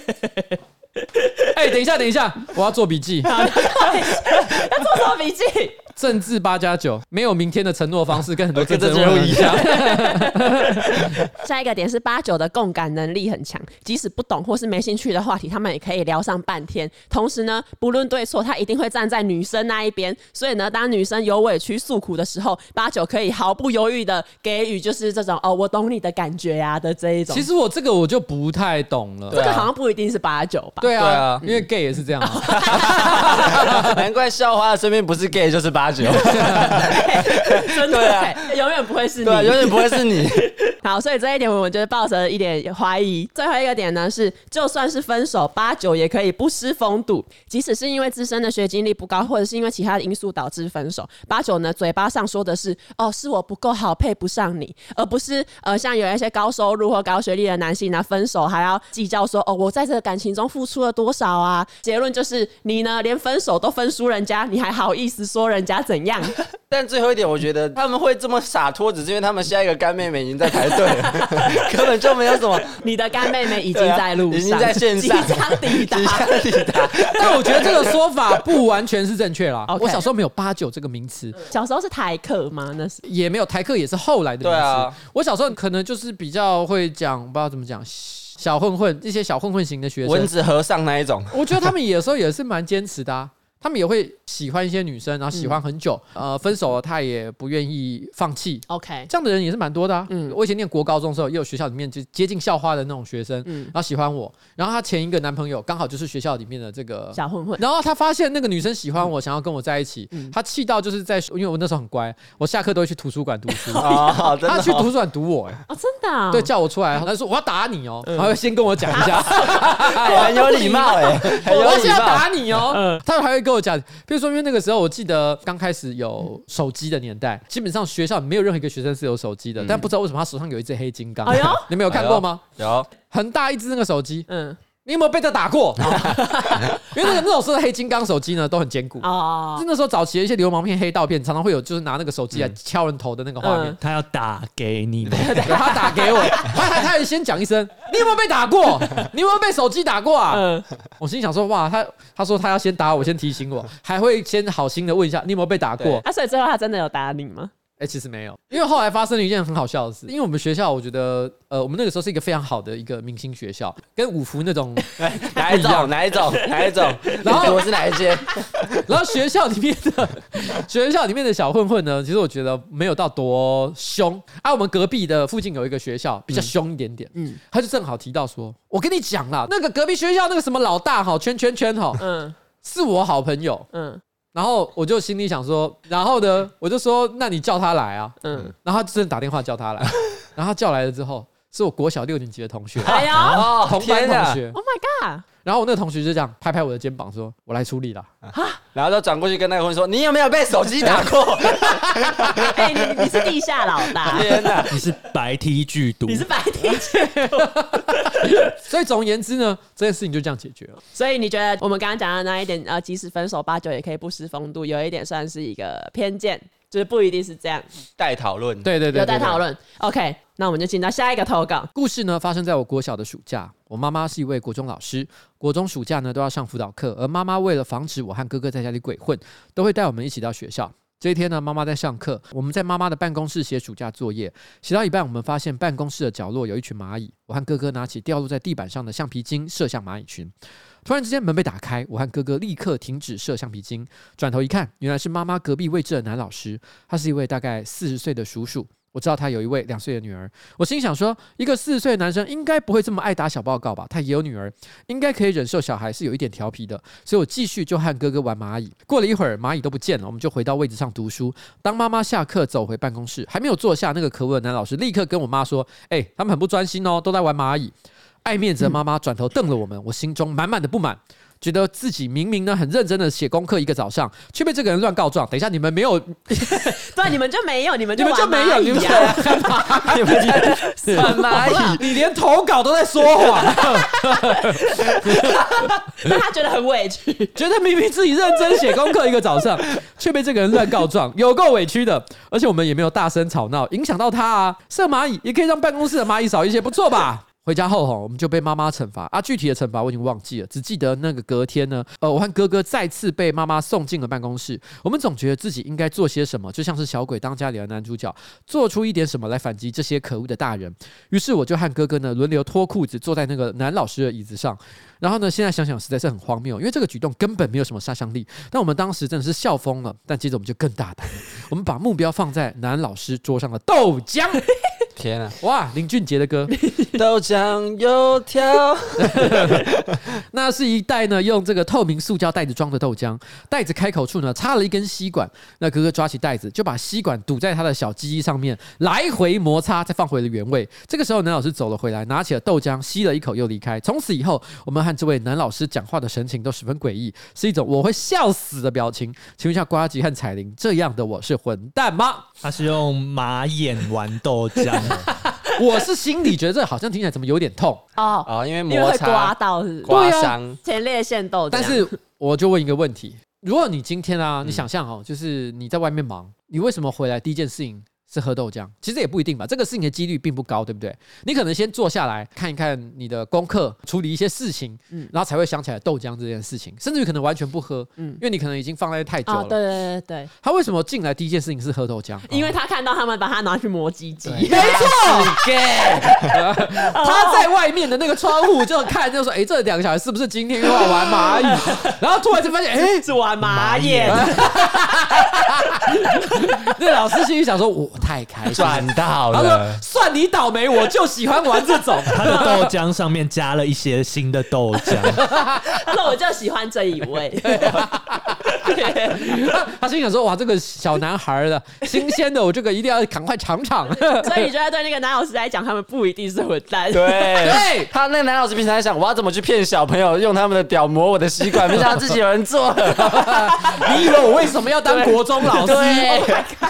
哎、欸，等一下，等一下，我要做笔记。 要做什么笔记？ 政治八加九，没有明天的承诺方式，跟很多政治人物一样。 下一个点是八九的共感能力很强，即使不懂或是没兴趣的话题，他们也可以聊上半天。同时呢，不论对错，他一定会站在女生那一边。所以呢，当女生有委屈诉苦的时候，八九可以毫不犹豫的给予就是这种哦，我懂你的感觉呀、啊、的这一种。 其实我这个我就不太懂了， 这个好像不一定是八九吧？ 对啊， 对啊， 因为 gay 也是这样、啊。 难怪校花的身边不是 gay 就是八九。 真的、 啊、 永远不会是你， 对、啊，永远不会是你。 好，所以这一点我们就抱着一点怀疑。最后一个点呢是，就算是分手，八九也可以不失风度，即使是因为自身的学经历不高，或者是因为其他的因素导致分手，八九呢嘴巴上说的是哦，是我不够好，配不上你，而不是呃像有一些高收入或高学历的男性呢，分手还要计较说哦，我在这个感情中付出了多少啊？结论就是你呢连分手都分输人家，你还好意思说人家怎样？ 但最后一点，我觉得他们会这么洒脱，只是因为他们下一个干妹妹已经在排队了，根本就没有什么。 你的干妹妹已经在路上， 啊、已经在线上， 即将抵达， 即将抵达。 但我觉得这个说法不完全是正确啦。 Okay. 我小时候没有八九这个名词， 小时候是台客吗？那是也没有台客，也是后来的名词。 啊、 我小时候可能就是比较会讲，不知道怎么讲。小混混，一些小混混型的学生， 蚊子和尚那一种， 我觉得他们有时候也是蛮坚持的啊。他们也会喜欢一些女生，然后喜欢很久，嗯、呃，分手了他也不愿意放弃。 OK， 这样的人也是蛮多的啊。嗯，我以前念国高中的时候，也有学校里面就接近校花的那种学生，嗯，然后喜欢我，然后他前一个男朋友刚好就是学校里面的这个小混混， 然后他发现那个女生喜欢我，嗯、想要跟我在一起，嗯、他气到就是在，因为我那时候很乖，我下课都会去图书馆读书， 哦、 他去图书馆堵我、欸，哎， 哦，真的、啊， 对，叫我出来，他说我要打你哦、喔，然后先跟我讲一下， 很有礼貌哎， 我是要打你哦、喔，他还会跟我讲，比如说。因为那个时候，我记得刚开始有手机的年代，基本上学校没有任何一个学生是有手机的，嗯、但不知道为什么他手上有一只黑金刚。哎呦，你们有看过吗？ 哎、有， 很大一只那个手机。嗯。你有没有被他打过？因为那个那种时候的黑金刚手机呢，都很坚固。哦，是那时候早期的一些流氓片、黑道片，常常会有就是拿那个手机来敲人头的那个画面。 嗯、他要打给你， 他打给我，他他他先讲一声：“你有没有被打过？你有没有被手机打过啊？”嗯，我心想说：“哇，他他说他要先打我，先提醒我，还会先好心的问一下你有没有被打过。” 啊，所以最后他真的有打你吗？ 哎、欸，其实没有，因为后来发生了一件很好笑的事。因为我们学校，我觉得，呃，我们那个时候是一个非常好的一个明星学校，跟五福那种哪一种哪一种哪一种，然后我是哪一间？ 然后学校里面的学校里面的小混混呢，其实我觉得没有到多凶啊。我们隔壁的附近有一个学校比较凶一点点，嗯，他就正好提到说，我跟你讲啦，那个隔壁学校那个什么老大哈，圈圈圈哈，嗯，是我好朋友，嗯。然后我就心里想说，然后呢，我就说，那你叫他来啊，嗯，然后他真的打电话叫他来，然后他叫来了之后，是我国小六年级的同学， 哎呀， 同班同学 ，Oh my god！ 然后我那个同学就这样拍拍我的肩膀说：“我来处理了。” 然后就转过去跟那个混混说：“你有没有被手机打过？” 哎、欸，你你是地下老大， 天哪， 你是白 T 剧毒， 你是白 T 剧毒。 所以总而言之呢，这件事情就这样解决了。 所以你觉得我们刚刚讲的那一点，呃，即使分手八九也可以不失风度，有一点算是一个偏见。就是不一定是这样， 待讨论， 对对对， 有待讨论。OK， 那我们就进到下一个投稿。 故事呢发生在我国小的暑假，我妈妈是一位国中老师，国中暑假呢都要上辅导课，而妈妈为了防止我和哥哥在家里鬼混，都会带我们一起到学校。这一天呢，妈妈在上课，我们在妈妈的办公室写暑假作业，写到一半，我们发现办公室的角落有一群蚂蚁，我和哥哥拿起掉落在地板上的橡皮筋射向蚂蚁群。突然之间门被打开，我和哥哥立刻停止射橡皮筋，转头一看，原来是妈妈隔壁位置的男老师，他是一位大概四十岁的叔叔， 我知道他有一位两岁的女儿，我心想说，一个四十岁的男生应该不会这么爱打小报告吧？他也有女儿，应该可以忍受小孩是有一点调皮的，所以我继续就和哥哥玩蚂蚁。过了一会儿，蚂蚁都不见了，我们就回到位置上读书。当妈妈下课走回办公室，还没有坐下，那个可恶的男老师立刻跟我妈说：“哎、欸，他们很不专心哦，都在玩蚂蚁。”爱面子的妈妈转头瞪了我们，我心中满满的不满。觉得自己明明呢很认真的写功课一个早上，却被这个人乱告状。等一下，你们没有， 对，你们就没有，你们就你们就没有，你们在干嘛？ 你们在玩蚂蚁， 你连投稿都在说谎， 但他觉得很委屈， 觉得明明自己认真写功课一个早上，却被这个人乱告状，有够委屈的。而且我们也没有大声吵闹，影响到他啊。射蚂蚁也可以让办公室的蚂蚁少一些，不错吧？回家后我们就被妈妈惩罚啊，具体的惩罚我已经忘记了，只记得那个隔天呢，呃，我和哥哥再次被妈妈送进了办公室。我们总觉得自己应该做些什么，就像是小鬼当家里的男主角，做出一点什么来反击这些可恶的大人。于是我就和哥哥呢轮流脱裤子，坐在那个男老师的椅子上。然后呢，现在想想实在是很荒谬，因为这个举动根本没有什么杀伤力。但我们当时真的是笑疯了。但接着我们就更大胆了，我们把目标放在男老师桌上的豆浆。 天啊！ 哇，林俊杰的歌， 豆浆油条， 那是一袋呢用这个透明塑胶袋子装的豆浆，袋子开口处呢插了一根吸管。那哥哥抓起袋子，就把吸管堵在他的小鸡鸡上面，来回摩擦，再放回了原位。这个时候，男老师走了回来，拿起了豆浆，吸了一口又离开。从此以后，我们和这位男老师讲话的神情都十分诡异，是一种我会笑死的表情。请问一下，呱吉和彩玲，这样的我是混蛋吗？ 他是用马眼玩豆浆。 我是心里觉得这好像听起来怎么有点痛哦哦，因为因为会摩擦刮到是不是刮伤， 前列腺豆浆。 但是我就问一个问题：如果你今天啊，你想象哦，就是你在外面忙，你为什么回来第一件事情是喝豆浆？其实也不一定吧，这个事情的几率并不高，对不对？你可能先坐下来看一看你的功课，处理一些事情，嗯，然后才会想起来豆浆这件事情，甚至于可能完全不喝，嗯，因为你可能已经放在太久了。 哦，对对对对， 他为什么进来第一件事情是喝豆浆？ 因为他看到他们把它拿去磨鸡鸡， 没错，他在外面的那个窗户就看，就说：“哎、欸，这两个小孩是不是今天又要玩蚂蚁？”然后突然就发现，哎、欸， 是玩马眼。 那老师心里想说：“我太开心了。” 赚到他说了，：“ 算你倒霉，我就喜欢玩这种。” 他的豆浆上面加了一些新的豆浆。 那我就喜欢这一位。 他心里想说：“哇，这个小男孩的新鲜的，我这个一定要赶快尝尝。” 所以你觉得对那个男老师来讲，他们不一定是混蛋。 对对， 他那个男老师平常在想，我要怎么去骗小朋友用他们的屌磨我的吸管，没想到自己有人做了。 你以为我为什么要当国中老师？ 对，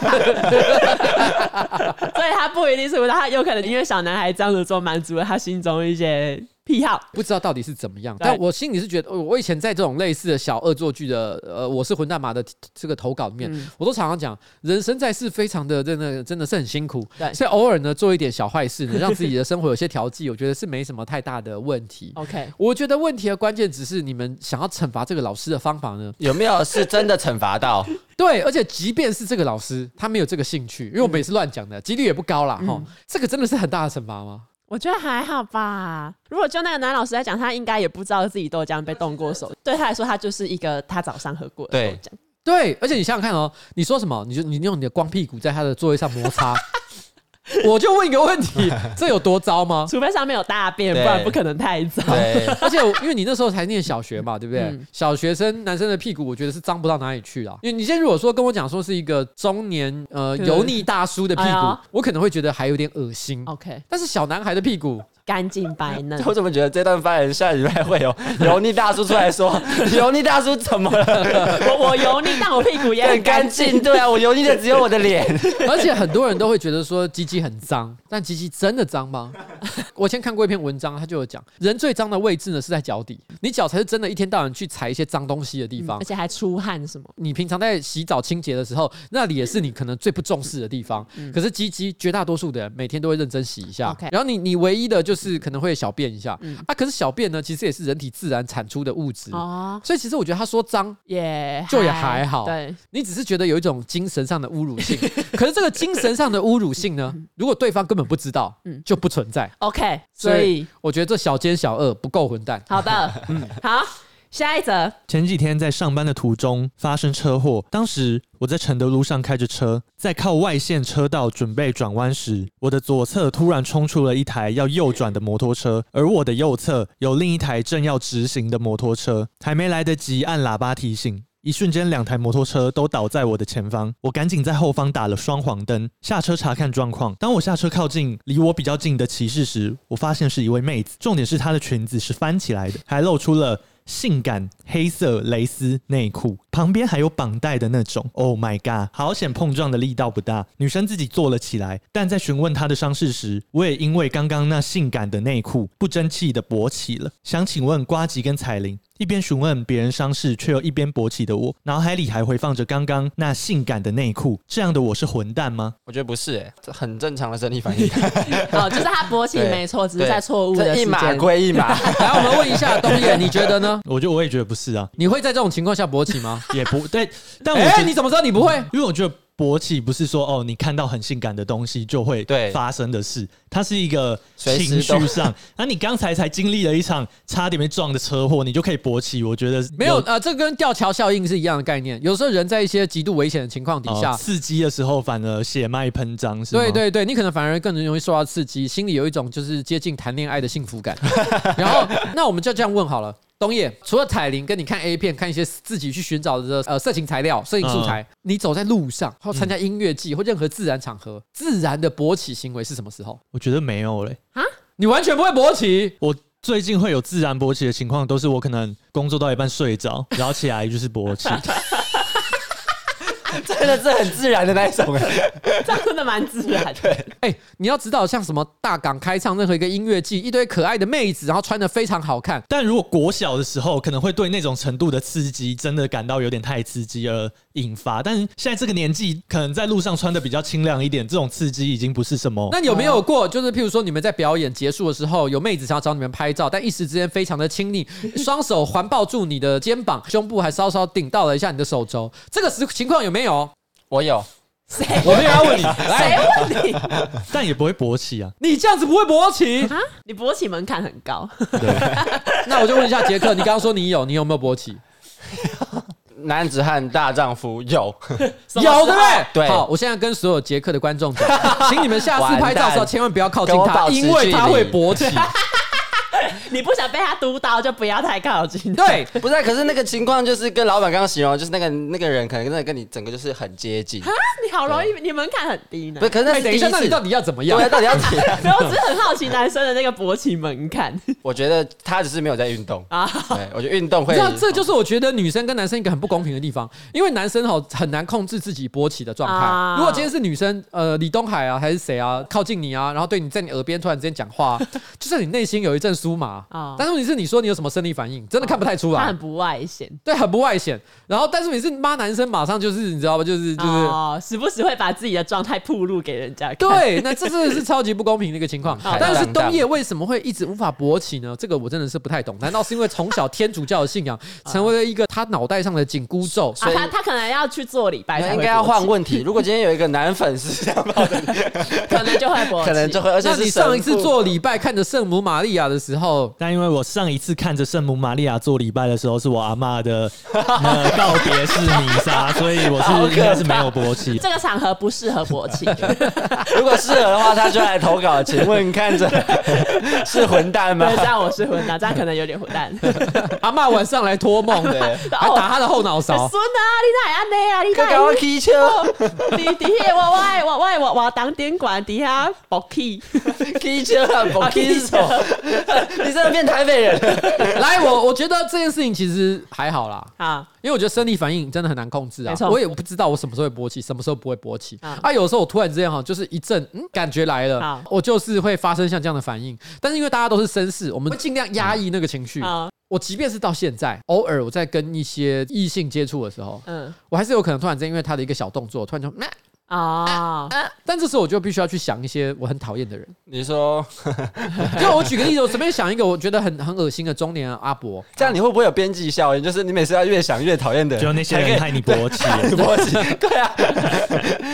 所以他不一定是混蛋，他有可能因为小男孩这样子做，满足了他心中一些癖好， 不知道到底是怎么样，但我心里是觉得，我以前在这种类似的小恶作剧的，呃，我是混蛋妈的这个投稿里面，嗯、我都常常讲，人生在世非常的真的真的是很辛苦，对，所以偶尔呢做一点小坏事呢，让自己的生活有些调剂，我觉得是没什么太大的问题。 OK， 我觉得问题的关键只是你们想要惩罚这个老师的方法呢， 有没有是真的惩罚到？ 对，而且即便是这个老师他没有这个兴趣，因为我每次乱讲的，几率也不高啦，哈、嗯，这个真的是很大的惩罚吗？ 我觉得还好吧。如果就那个男老师来讲，他应该也不知道自己豆浆被动过手，对他来说，他就是一个他早上喝过的豆浆。 对，而且你想想看哦，你说什么？你就你用你的光屁股在他的座位上摩擦。我就问一个问题，这有多糟吗？ 除非上面有大便，不然不可能太糟。 对， 而且因为你那时候才念小学嘛，对不对？嗯、小学生男生的屁股，我觉得是脏不到哪里去啦。因为你现在如果说跟我讲说是一个中年呃油腻大叔的屁股，哎、我可能会觉得还有点恶心。 OK， 但是小男孩的屁股。 干净白嫩， 我怎么觉得这段发言下礼拜会有油腻大叔出来说，油腻大叔怎么了？ 我我油腻，但我屁股也很干净。 对啊，我油腻的只有我的脸。 而且很多人都会觉得说鸡鸡很脏，但鸡鸡真的脏吗？我以前看过一篇文章，他就有讲，人最脏的位置呢是在脚底，你脚才是真的一天到晚去踩一些脏东西的地方， 嗯、而且还出汗什么。 你平常在洗澡清洁的时候，那里也是你可能最不重视的地方。嗯、可是鸡鸡绝大多数的人每天都会认真洗一下， okay. 然后你你唯一的就是可能会小便一下、嗯、啊，可是小便呢，其实也是人体自然产出的物质、哦、所以其实我觉得他说脏也就也还好，对，你只是觉得有一种精神上的侮辱性，可是这个精神上的侮辱性呢，如果对方根本不知道，嗯、就不存在。 OK， 所以我觉得这小奸小恶不够混蛋。 好的，嗯，好。 下一则， 前几天在上班的途中发生车祸，当时我在承德路上开着车，在靠外线车道准备转弯时，我的左侧突然冲出了一台要右转的摩托车，而我的右侧有另一台正要直行的摩托车，还没来得及按喇叭提醒，一瞬间两台摩托车都倒在我的前方，我赶紧在后方打了双黄灯，下车查看状况。当我下车靠近离我比较近的骑士时，我发现是一位妹子，重点是她的裙子是翻起来的，还露出了性感黑色蕾丝内裤，旁边还有绑带的那种。 Oh my god， 好险碰撞的力道不大，女生自己坐了起来。但在询问她的伤势时，我也因为刚刚那性感的内裤不争气的勃起了。想请问呱吉跟彩玲，一边询问别人伤势却又一边勃起的我，脑海里还回放着刚刚那性感的内裤，这样的我是混蛋吗？ 我觉得不是、欸，这很正常的生理反应。 哦，就是他勃起没错，只是在错误的时间。 一码归一码。 来，我们问一下东野，你觉得呢？ 我觉得我也觉得不是啊， 你会在这种情况下勃起吗？ 也不对，但我哎、 觉得你怎么知道你不会？ 因为我觉得勃起不是说哦，你看到很性感的东西就会发生的事，它是一个情绪上。那你刚才才经历了一场差点被撞的车祸，你就可以勃起，我觉得没有呃，这跟吊桥效应是一样的概念。有时候人在一些极度危险的情况底下， 哦、刺激的时候反而血脉喷张，是吗？ 对对对，你可能反而更容易受到刺激，心里有一种就是接近谈恋爱的幸福感。然后，那我们就这样问好了。东野，除了彩铃跟你看 A 片，看一些自己去寻找的呃色情材料、摄影素材，嗯、你走在路上或参加音乐季、嗯、或任何自然场合，自然的勃起行为是什么时候？ 我觉得没有嘞。 啊？ 你完全不会勃起？ 我最近会有自然勃起的情况，都是我可能工作到一半睡着，然后起来就是勃起。 真的是很自然的那一种， 这样真的蛮自然的。 哎、欸，你要知道，像什么大港开唱任何一个音乐季，一堆可爱的妹子，然后穿得非常好看。 但如果国小的时候，可能会对那种程度的刺激，真的感到有点太刺激而引发。但是现在这个年纪，可能在路上穿得比较清凉一点，这种刺激已经不是什么。 那你有没有过，就是譬如说你们在表演结束的时候，有妹子想要找你们拍照，但一时之间非常的亲昵，双手环抱住你的肩膀，胸部还稍稍顶到了一下你的手肘，这个情况有没有？ 我有。 谁？ 我没有要问你， 谁问你？ 但也不会勃起啊！ 你这样子不会勃起啊？你勃起门槛很高。 对， 那我就问一下杰克，你刚刚说你有，你有没有勃起？ 男子汉大丈夫有， 有对不对？ 对。 好，我现在跟所有杰克的观众讲，请你们下次拍照的时候千万不要靠近他，因为他会勃起。 你不想被他督导，就不要太靠近。 对， 不是、啊，可是那个情况就是跟老板刚刚形容，就是那个那个人可能真的跟你整个就是很接近啊， 你好容易，你门槛很低呢。 不是，可是那是第一次、 欸、等一下，那你到底要怎么样？ 对，到底要怎样？ 没有，我只是很好奇男生的那个勃起门槛。 我觉得他只是没有在运动啊。对，我觉得运动会。 这这就是我觉得女生跟男生一个很不公平的地方，因为男生哈很难控制自己勃起的状态。啊、如果今天是女生，呃，李东海啊，还是谁啊，靠近你啊，然后对你在你耳边突然之间讲话、啊，就是你内心有一阵酥麻啊。但是问题是，你说你有什么生理反应，真的看不太出来。 他很不外显， 对，很不外显。然后，但是你是妈男生，马上就是你知道吧，就是就是， 哦，时不时会把自己的状态暴露给人家看。 对，那这真的是超级不公平的一个情况。但是东野为什么会一直无法勃起呢？这个我真的是不太懂。难道是因为从小天主教的信仰成为了一个他脑袋上的紧箍咒？ 所以、啊、他他可能要去做礼拜才会勃起， 应该要换问题。如果今天有一个男粉丝这样抱着你， 可能就会勃起， 可能就会。而且是那你上一次做礼拜看着圣母玛利亚的时候， 但因为我上一次看着圣母玛利亚做礼拜的时候，是我阿嬷的呃告别式弥撒，所以我是应该是没有勃起。 这个场合不适合勃起。 如果适合的话，他就来投稿。请问看着是混蛋吗？ 对，这样我是混蛋，这样可能有点混蛋。 阿嬷晚上来托梦，还打他的后脑勺。 孙啊，你哪安内啊？你哪？我踢球。 底底下我我我我我我当电管底下勃起， 踢球啊，勃起手。你真的变台北人了。 来，我我觉得这件事情其实还好啦。 啊。 因为我觉得生理反应真的很难控制啊，我也不知道我什么时候会勃起，什么时候不会勃起啊。啊有时候我突然之间哈，就是一阵嗯感觉来了，我就是会发生像这样的反应。但是因为大家都是绅士，我们会尽量压抑那个情绪。嗯、我即便是到现在，偶尔我在跟一些异性接触的时候，嗯，我还是有可能突然之间因为他的一个小动作，突然就啊。 哦、 啊啊，但这时候我就必须要去想一些我很讨厌的人。 你说， 就我举个例子，我随便想一个我觉得很很恶心的中年阿伯， 这样你会不会有边际效应？就是你每次要越想越讨厌的人， 就那些人害你勃起， 勃起，对啊。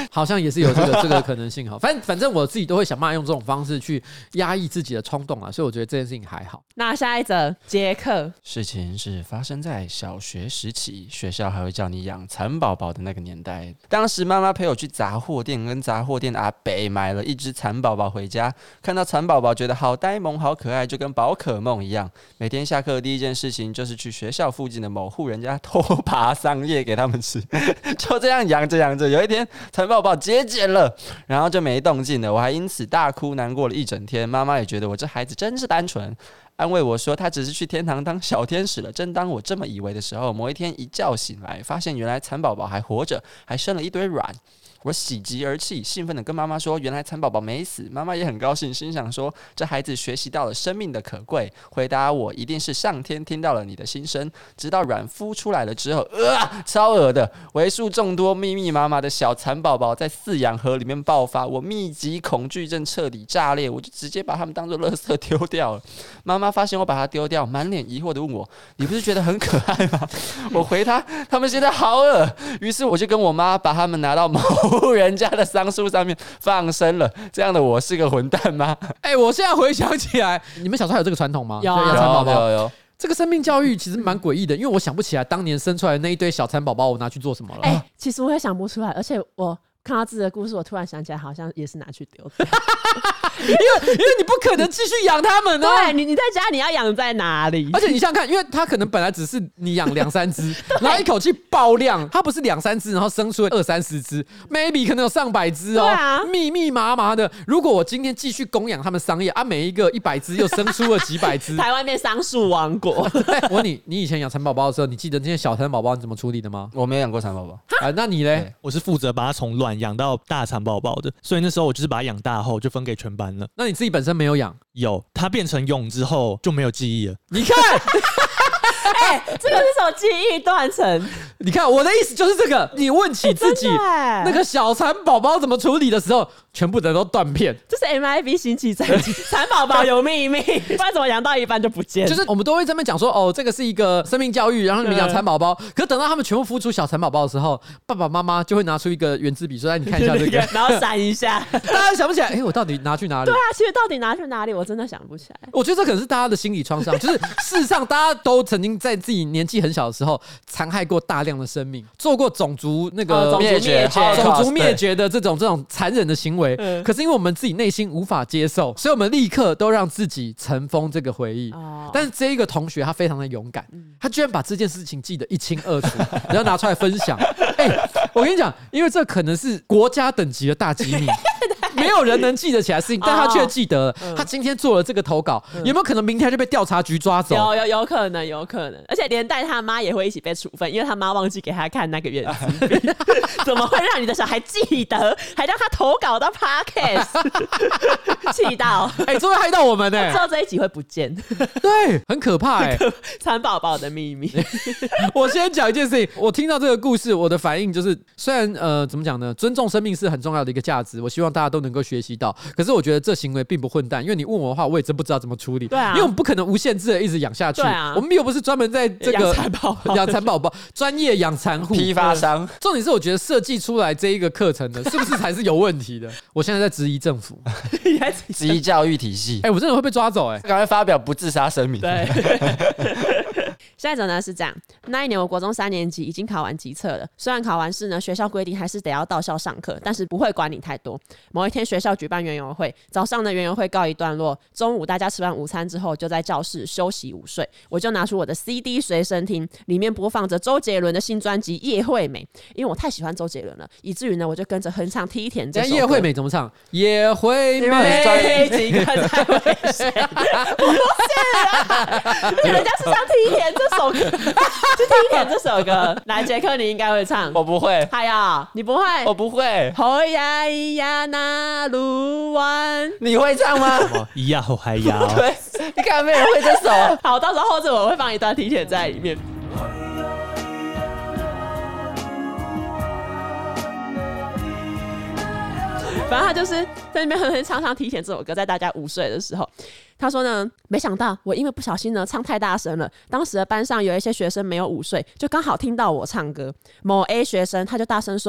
好像也是有这个这个可能性哈。反正反正我自己都会想办法用这种方式去压抑自己的冲动啊，所以我觉得这件事情还好。 那下一则杰克， 事情是发生在小学时期，学校还会叫你养蚕宝宝的那个年代。当时妈妈陪我去杂货店，跟杂货店的阿北买了一只蚕宝宝回家，看到蚕宝宝觉得好呆萌好可爱，就跟宝可梦一样。每天下课的第一件事情就是去学校附近的某户人家偷爬桑叶给他们吃。就这样养着养着，有一天蚕宝宝结茧了，然后就没动静了。我还因此大哭难过了一整天。妈妈也觉得我这孩子真是单纯，安慰我说他只是去天堂当小天使了。正当我这么以为的时候，某一天一觉醒来，发现原来蚕宝宝还活着，还生了一堆卵。我喜极而泣，兴奋地跟妈妈说原来蚕宝宝没死。妈妈也很高兴，心想说这孩子学习到了生命的可贵，回答我一定是上天听到了你的心声。直到卵孵出来了之后，呃，超恶的，为数众多密密麻麻的小蚕宝宝在饲养盒里面爆发，我密集恐惧症彻底炸裂，我就直接把它们当作垃圾丢掉了。妈妈发现我把它丢掉，满脸疑惑地问我，你不是觉得很可爱吗？我回她，他们现在好恶。于是我就跟我妈把它们拿到某人家的桑树上面放生了。这样的我是个混蛋吗？ 哎、欸，我现在回想起来，你们小时候有这个传统吗？ 有啊， 养蚕宝宝。 有有有。 这个生命教育其实蛮诡异的，因为我想不起来当年生出来的那一堆小蚕宝宝，我拿去做什么了。 哎、欸，其实我也想不出来，而且我看到自己的故事，我突然想起来，好像也是拿去丢掉。 因为因为你不可能继续养它们啊！ 对，你你在家你要养在哪里？ 而且你想想看，因为它可能本来只是你养两三只，然后一口气爆量，它不是两三只，然后生出二三十只 ，maybe 可能有上百只哦， 啊、 密密麻麻的。如果我今天继续供养它们桑叶啊，每一个一百只又生出了几百只， 台湾变桑树王国。 我问你，你以前养蚕宝宝的时候，你记得这些小蚕宝宝你怎么处理的吗？ 我没有养过蚕宝宝啊，那你嘞？ 我是负责把它从卵养到大蚕宝宝的，所以那时候我就是把它养大后就分给全班了。 那你自己本身没有养？ 有，它变成蛹之后就没有记忆了。 你看， 哎、欸，这个是什么记忆断层？ 你看我的意思就是这个，你问起自己、欸、那个小蚕宝宝怎么处理的时候，全部的人都断片。 这是 M I B 星期在一起，蚕宝宝有秘密，不然怎么养到一半就不见了？ 就是我们都会这边讲说，哦，这个是一个生命教育，然后你们养蚕宝宝。可是等到他们全部孵出小蚕宝宝的时候，爸爸妈妈就会拿出一个圆珠笔说：“来，你看一下这个， 然后闪一下。” 大家想不起来，哎、欸，我到底拿去哪里？ 对啊，其实到底拿去哪里，我真的想不起来。 我觉得这可能是大家的心理创伤，就是事实上大家都曾经在自己年纪很小的时候残害过大量的生命，做过种族那个灭绝、 种族灭绝的这种这种残忍的行为。 嗯、 可是因为我们自己内心无法接受，所以我们立刻都让自己尘封这个回忆。哦、但是这一个同学他非常的勇敢，嗯、他居然把这件事情记得一清二楚，然后拿出来分享。哎、欸，我跟你讲，因为这可能是国家等级的大机密。没有人能记得起来的事情，但他却记得了。他今天做了这个投稿，有没有可能明天就被调查局抓走？ 有有有可能，有可能，而且连带他妈也会一起被处分，因为他妈忘记给他看那个原子笔。怎么会让你的小孩记得，还让他投稿到 Podcast？ 气到！ 哎、欸，这会害到我们哎、欸！ 知道这一集会不见， 对，很可怕哎、欸！ 蚕宝宝的秘密。 我先讲一件事情，我听到这个故事，我的反应就是，虽然呃，怎么讲呢？尊重生命是很重要的一个价值，我希望大家都能够学习到。可是我觉得这行为并不混蛋，因为你问我的话，我也真不知道怎么处理。 对啊， 因为我们不可能无限制的一直养下去。 对啊， 我们又不是专门在这个养蚕宝宝、 养蚕宝宝专业养蚕户批发商。 重点是，我觉得设计出来这一个课程的，是不是才是有问题的？我现在在质疑政府， 质疑教育体系。 哎、欸，我真的会被抓走哎、欸！ 赶快发表不自杀声明。 对。下一则呢是这样，那一年我国中三年级已经考完基测了，虽然考完试呢，学校规定还是得要到校上课，但是不会管你太多。某一天学校举办园游会，早上的园游会告一段落，中午大家吃完午餐之后就在教室休息午睡，我就拿出我的 C D 随身听，里面播放着周杰伦的新专辑《叶惠美》，因为我太喜欢周杰伦了，以至于呢我就跟着哼唱梯田这首歌。 叶惠美怎么唱？叶惠美几个在危险，不是啊，因为人家是唱梯田这首歌，是梯田这首歌。来，杰克你应该会唱， 我不会。 还有你不会？ 我不会。 吼呀咿呀那鲁湾， 你会唱吗？ 咿呀吼嗨呀。 对，你看没人会这首。 好，到时候后置我会放一段梯田在里面。反正他就是在那边哼哼唱唱梯田这首歌，在大家午睡的时候，他说呢，没想到我因为不小心呢唱太大声了，当时的班上有一些学生没有午睡，就刚好听到我唱歌。某 A 学生他就大声说：“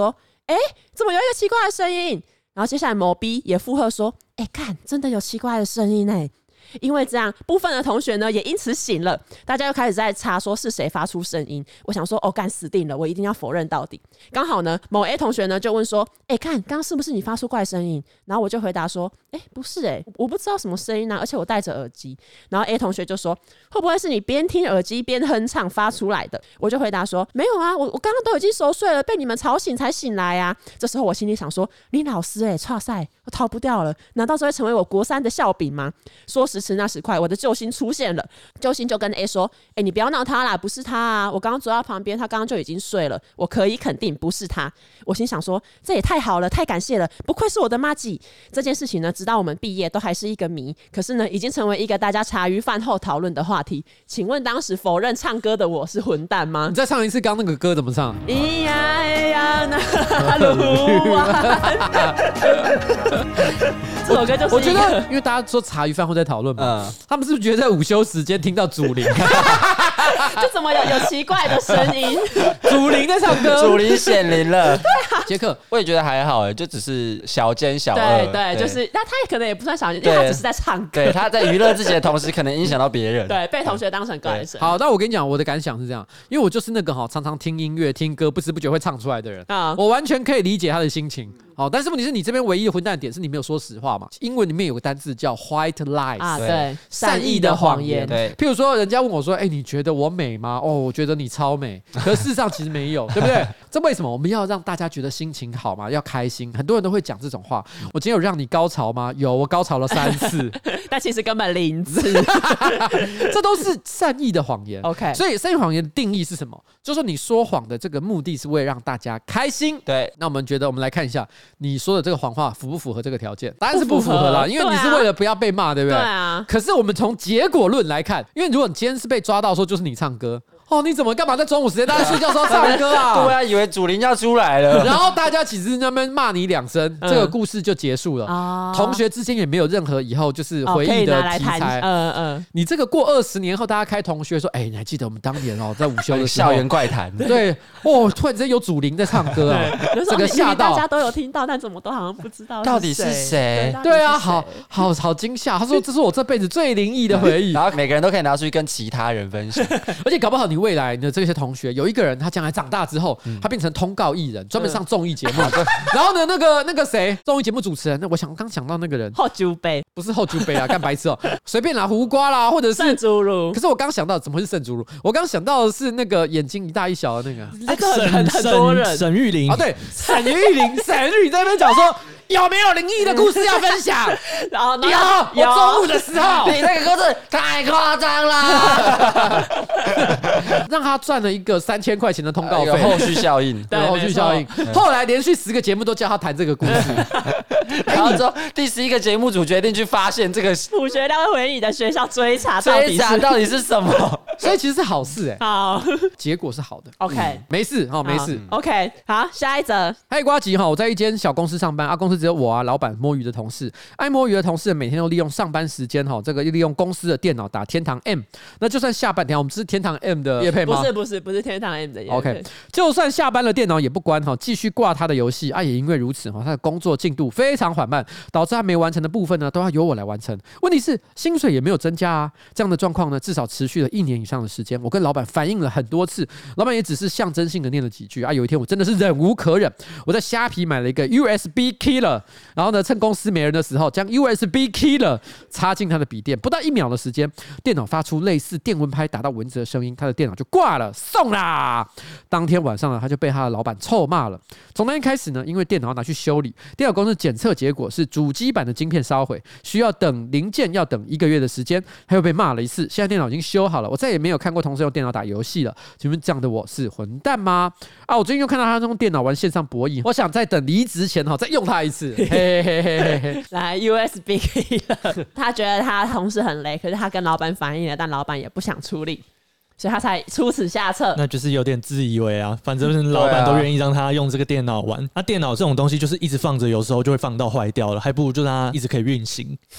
哎、欸，怎么有一个奇怪的声音？然后接下来某 B 也附和说，哎、欸，看，真的有奇怪的声音哎、欸。因为这样，部分的同学呢也因此醒了，大家又开始在查说是谁发出声音。我想说，哦，干死定了，我一定要否认到底。刚好呢，某 A 同学呢就问说，哎、欸，看，刚刚是不是你发出怪声音？然后我就回答说，哎、欸，不是、欸，哎，我不知道什么声音啊，而且我戴着耳机。然后 A 同学就说，会不会是你边听耳机边哼唱发出来的？我就回答说，没有啊，我我刚刚都已经熟睡了，被你们吵醒才醒来啊。这时候我心里想说，林老师、欸，哎，剉赛，我逃不掉了，难道是会成为我国三的笑柄吗？说时迟那时快，我的救星出现了，救星就跟 A 说：“哎、欸，你不要闹他啦，不是他啊！我刚刚坐到旁边，他刚刚就已经睡了，我可以肯定不是他。”我心想说：“这也太好了，太感谢了，不愧是我的麻吉。”这件事情呢，直到我们毕业都还是一个谜，可是呢，已经成为一个大家茶余饭后讨论的话题。请问当时否认唱歌的我是混蛋吗？ 你再唱一次刚那个歌怎么唱？ 咿呀咿呀那鲁湾。这首歌就是我觉得，因为大家说茶余饭后在讨论嘛，嗯、他们是不是觉得在午休时间听到祖灵， 就怎么有有奇怪的声音？ 祖灵在唱歌， 祖灵显灵了。 杰克， 我也觉得还好哎，就只是小奸小恶。 对 对, 对，就是那他可能也不算小奸，因为他只是在唱歌。 对，他在娱乐自己的同时，可能影响到别人。 对，被同学当成怪声。 好，那我跟你讲，我的感想是这样，因为我就是那个哈，常常听音乐、听歌，不知不觉会唱出来的人啊，我完全可以理解他的心情。好，但是问题是你这边唯一的混蛋点是你没有说实话嘛？英文里面有个单字叫 white lies 啊，对， 善意的谎言。 对， 譬如说人家问我说：“哎、欸，你觉得我美吗？”哦，我觉得你超美。可是事实上其实没有，对不对？这为什么？我们要让大家觉得心情好嘛，要开心。很多人都会讲这种话。我今天有让你高潮吗？有，我高潮了三次， 但其实根本零次。 这都是善意的谎言。 OK， 所以善意谎言的定义是什么？就是说你说谎的这个目的是为了让大家开心。 对， 那我们觉得，我们来看一下你说的这个谎话符不符合这个条件？答案是不符合啦，因为你是为了不要被骂，对不对？ 对啊。 可是我们从结果论来看，因为如果你今天是被抓到说就是你唱歌。哦，你怎么干嘛在中午时间大家睡觉时候唱歌啊？ 对啊，以为祖灵要出来了， 然后大家其实那边骂你两声，嗯、这个故事就结束了。哦、同学之间也没有任何以后就是回忆的题材。 嗯嗯、哦， 你这个过二十年后，大家开同学说，哎、欸，你还记得我们当年哦，在午休的时候校园怪谈？ 对，哦，突然之间有祖灵在唱歌啊，这个吓到大家都有听到，但怎么都好像不知道到底是谁？ 对啊，好好好惊吓。他说这是我这辈子最灵异的回忆， 然后每个人都可以拿出去跟其他人分享， 而且搞不好你未来的这些同学有一个人，他将来长大之后，嗯、他变成通告艺人，专门上综艺节目。嗯、然后呢，那个那个谁，综艺节目主持人，那我想刚想到那个人， 后猪杯不是后猪杯啊，干白痴哦，随便啦，胡瓜啦，或者是圣猪乳。 可是我刚想到，怎么会是圣猪乳？我刚想到的是那个眼睛一大一小的那个， 那个很很多人， 沈玉琳啊，对，沈玉琳，沈玉琳在那边讲说。有没有灵异的故事要分享？ 然后有，我中午的时候， 你那个故事太夸张了， 让他赚了一个三千块钱的通告费， 有后续效应， 对，后续效应。后来连续十个节目都叫他谈这个故事， 然后之后第十一个节目组决定去发现这个朴学亮会回你的学校追查， 追查到底是什么， 所以其实是好事哎， 好， 结果是好的 ，OK， 没事哦，没事 ，OK， 好，下一则， 嗨呱吉哈，我在一间小公司上班啊，公司只有我啊，老板摸鱼的同事，爱摸鱼的同事每天都利用上班时间哈，这个利用公司的电脑打天堂 M， 那就算下班，等一下我们是天堂 M 的业配吗？ 不是不是不是天堂 M 的业配 ，OK， 就算下班了，电脑也不关哈，继续挂他的游戏啊，也因为如此哈，他的工作进度非常缓慢，导致他没完成的部分呢，都要由我来完成。问题是薪水也没有增加啊，这样的状况呢，至少持续了一年以上的时间。我跟老板反映了很多次，老板也只是象征性的念了几句啊。有一天我真的是忍无可忍，我在虾皮买了一个 U S B Killer， 然后呢，趁公司没人的时候，将 U S B Killer 插进他的笔电，不到一秒的时间，电脑发出类似电蚊拍打到蚊子的声音，他的电脑就挂了，送啦！当天晚上呢，他就被他的老板臭骂了。从那天开始呢，因为电脑要拿去修理，电脑公司检测结果是主机板的晶片烧毁，需要等零件要等一个月的时间，他又被骂了一次。现在电脑已经修好了，我再也没有看过同事用电脑打游戏了。请问这样的我是混蛋吗？啊，我最近又看到他用电脑玩线上博弈，我想在等离职前再用他一次。嘿嘿嘿嘿嘿， 来 U S B 了，他觉得他同事很累，可是他跟老板反映了，但老板也不想处理。所以他才出此下策， 那就是有点自以为啊，反正老板都愿意让他用这个电脑玩。那、啊、电脑这种东西就是一直放着，有时候就会放到坏掉了，还不如就让它一直可以运行。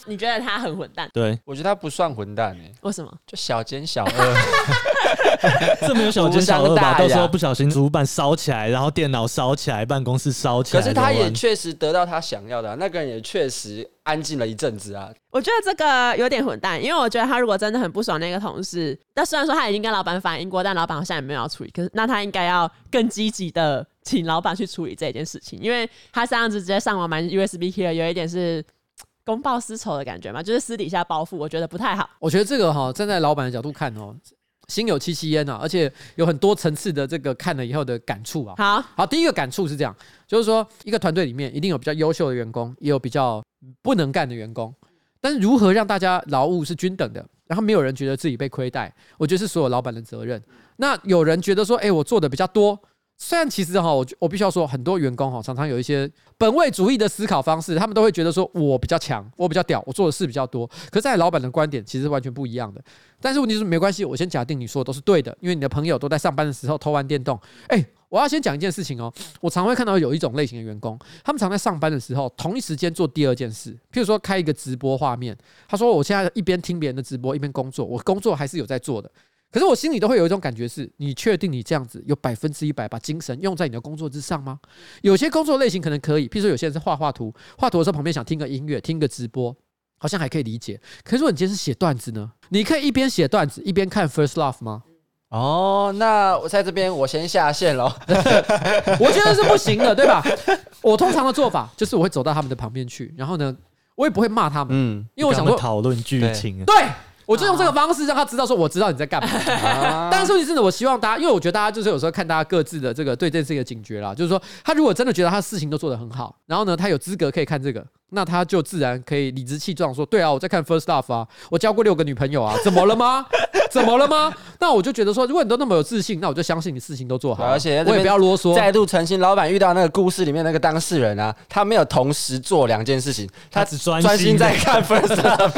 你觉得他很混蛋？ 对， 我觉得他不算混蛋哎， 为什么？ 就小奸小恶。 这没有小奸小恶吧？ 无伤大雅到时候不小心主板烧起来，然后电脑烧起来，办公室烧起来。 可是他也怎么办确实得到他想要的、啊，那个人也确实安静了一阵子啊。 我觉得这个有点混蛋，因为我觉得他如果真的很不爽那个同事，但虽然说他已经跟老板反映过，但老板好像也没有要处理，可是那他应该要更积极的请老板去处理这件事情，因为他这样子直接上网买 U S B key 有一点是公报私仇的感觉嘛，就是私底下包袱，我觉得不太好。 我觉得这个哈，站在老板的角度看哦，心有戚戚焉啊，而且有很多层次的这个看了以后的感触啊。 好， 好，第一个感触是这样，就是说一个团队里面一定有比较优秀的员工，也有比较不能干的员工，但是如何让大家劳务是均等的，然后没有人觉得自己被亏待，我觉得是所有老板的责任。那有人觉得说，哎、欸，我做的比较多。虽然其实哈，我我必须要说，很多员工哈常常有一些本位主义的思考方式，他们都会觉得说我比较强，我比较屌，我做的事比较多。可是在老板的观点其实是完全不一样的。但是问题是没关系，我先假定你说的都是对的，因为你的朋友都在上班的时候偷玩电动。哎、欸，我要先讲一件事情哦，我常会看到有一种类型的员工，他们常在上班的时候同一时间做第二件事，譬如说开一个直播画面，他说我现在一边听别人的直播一边工作，我工作还是有在做的。可是我心里都会有一种感觉是，你确定你这样子有百分之一百把精神用在你的工作之上吗？有些工作类型可能可以，譬如说有些人是画画图，画图的时候旁边想听个音乐，听个直播，好像还可以理解。可是如果你今天是写段子呢？你可以一边写段子一边看 First Love 吗？ 哦，那我在这边我先下线咯。 我觉得是不行的，对吧？我通常的做法就是我会走到他们的旁边去，然后呢，我也不会骂他们，嗯，因为我想说讨论剧情， 对。我就用这个方式让他知道说我知道你在干嘛。啊、但是问题是呢，我希望大家，因为我觉得大家就是有时候看大家各自的这个对这件事情的警觉啦，就是说他如果真的觉得他事情都做得很好，然后呢他有资格可以看这个，那他就自然可以理直气壮说，对啊，我在看 First Love 啊，我交过六个女朋友啊，怎么了吗？怎么了吗？那我就觉得说，如果你都那么有自信，那我就相信你事情都做好， 而且我也不要啰嗦。 再度澄清，老板遇到那个故事里面那个当事人啊，他没有同时做两件事情，他只专心在看 First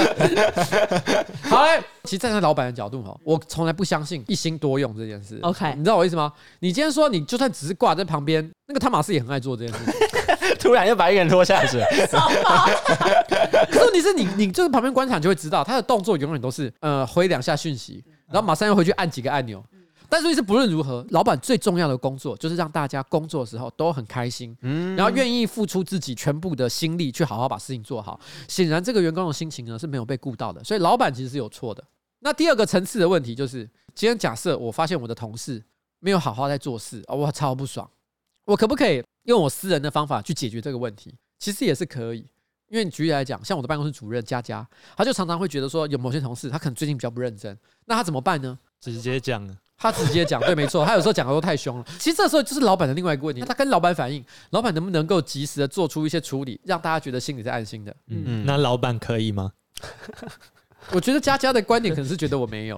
Love。 好嘞，其实站在老板的角度哈，我从来不相信一心多用这件事。 OK， 你知道我意思吗？你今天说你就算只是挂在旁边，那个汤马斯也很爱做这件事情。 突然又把一个人拖下去， 可是问题是你，你就是旁边观察就会知道，他的动作永远都是呃回两下讯息，然后马上又回去按几个按钮。但是不论如何，老板最重要的工作就是让大家工作的时候都很开心，嗯、然后愿意付出自己全部的心力去好好把事情做好。显然，这个员工的心情呢是没有被顾到的，所以老板其实是有错的。那第二个层次的问题就是，今天假设我发现我的同事没有好好在做事，哦，我超不爽，我可不可以用我私人的方法去解决这个问题？其实也是可以。因为你举例来讲，像我的办公室主任佳佳，他就常常会觉得说，有某些同事他可能最近比较不认真，那他怎么办呢？ 直接讲， 他直接讲，对，没错，他有时候讲的都太凶了。其实这时候就是老板的另外一个问题，他跟老板反映，老板能不能够及时的做出一些处理，让大家觉得心里是安心的。 嗯，嗯那老板可以吗？ 我觉得佳佳的观点可能是觉得我没有，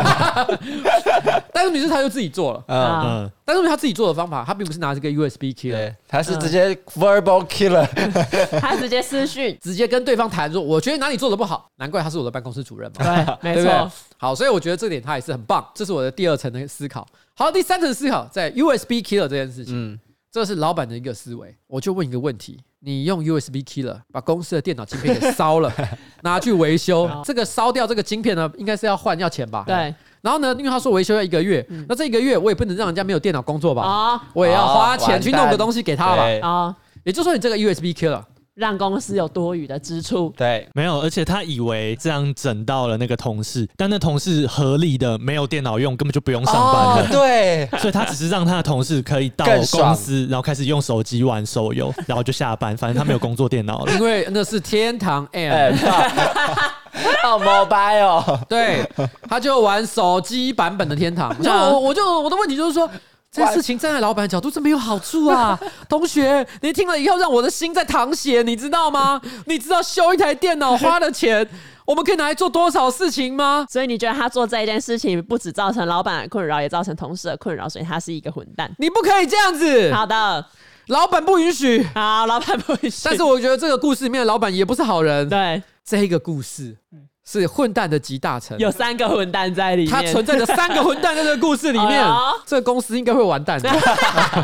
但是女士她就自己做了，嗯，但是她自己做的方法，她并不是拿这个 U S B killer， 她是直接 verbal killer， 她直接私讯， 直接跟对方谈说，我觉得哪里做的不好，难怪他是我的办公室主任嘛， 对，没错。 好，所以我觉得这点他也是很棒，这是我的第二层的思考。好，第三层思考在 U S B killer 这件事情，嗯，这是老板的一个思维。我就问一个问题。你用 U S B killer 把公司的电脑晶片给烧了，拿去维修，这个烧掉这个晶片呢，应该是要换要钱吧？ 对。 然后呢，因为他说维修要一个月，嗯、那这一个月我也不能让人家没有电脑工作吧？哦、我也要花钱去弄个东西给他吧？啊，也就是说你这个 U S B killer。 让公司有多余的支出， 对， 没有，而且他以为这样整到了那个同事，但那同事合理的没有电脑用，根本就不用上班了， 哦、对， 所以他只是让他的同事可以到公司，然后开始用手机玩手游，然后就下班，反正他没有工作电脑了， 因为那是天堂 M， 好 mobile 哦， 对，他就玩手机版本的天堂，我我就我的问题就是说。这事情站在老板的角度，这没有好处啊！同学，你听了以后让我的心在淌血，你知道吗？你知道修一台电脑花的钱，我们可以拿来做多少事情吗？ 所以你觉得他做这一件事情，不只造成老板的困扰，也造成同事的困扰，所以他是一个混蛋。 你不可以这样子。 好的， 老板不允许。 好，老板不允许。 但是我觉得这个故事里面的老板也不是好人。 对， 这个故事。是混蛋的集大成， 有三个混蛋在里面， 它存在着三个混蛋在这个故事里面，哎、这个公司应该会完蛋的。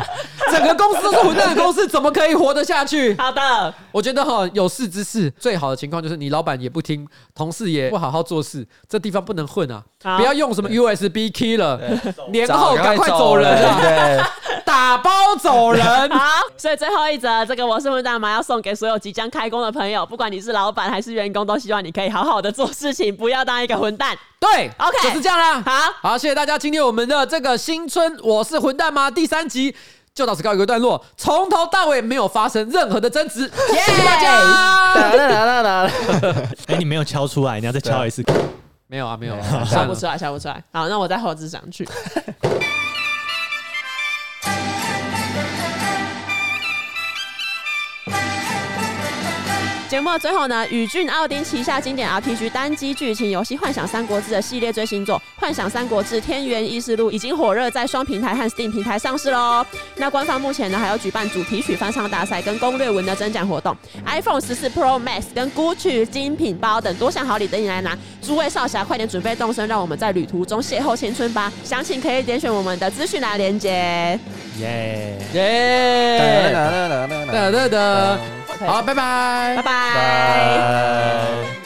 整个公司都是混蛋的公司，怎么可以活得下去？ 好的， 我觉得哈，有事之事最好的情况就是你老板也不听，同事也不好好做事，这地方不能混啊！ 好不要用什么 U S B key 了，年后赶快走人啊！ 对， 打包走人。 好，所以最后一则，这个我是混蛋妈要送给所有即将开工的朋友，不管你是老板还是员工，都希望你可以好好的做事情，不要当一个混蛋。 对 OK 就是这样啦。 好， 好，谢谢大家，今天我们的这个新春我是混蛋妈第三集就到此告一个段落，从头到尾没有发生任何的争执，谢谢大家。 打啦打啦打啦， 哎，你没有敲出来，你要再敲一次。 没有啊，没有啊， 笑算了。 不出来，笑不出来。好，那我再后置上去。节目的最后呢，宇峻奥丁旗下经典 R P G 单机剧情游戏《幻想三国志》的系列最新作《幻想三国志天元异事录》已经火热在双平台和 Steam 平台上市喽。那官方目前呢还有举办主题曲翻唱大赛跟攻略文的征奖活动 ，iPhone 十四 Pro Max 跟 Gucci 精品包等多项好礼等你来拿。诸位少侠，快点准备动身，让我们在旅途中邂逅青春吧！详情可以点选我们的资讯栏连结。 耶！ 耶！ 哒哒哒哒哒哒哒哒，好，拜拜， 拜拜。 拜。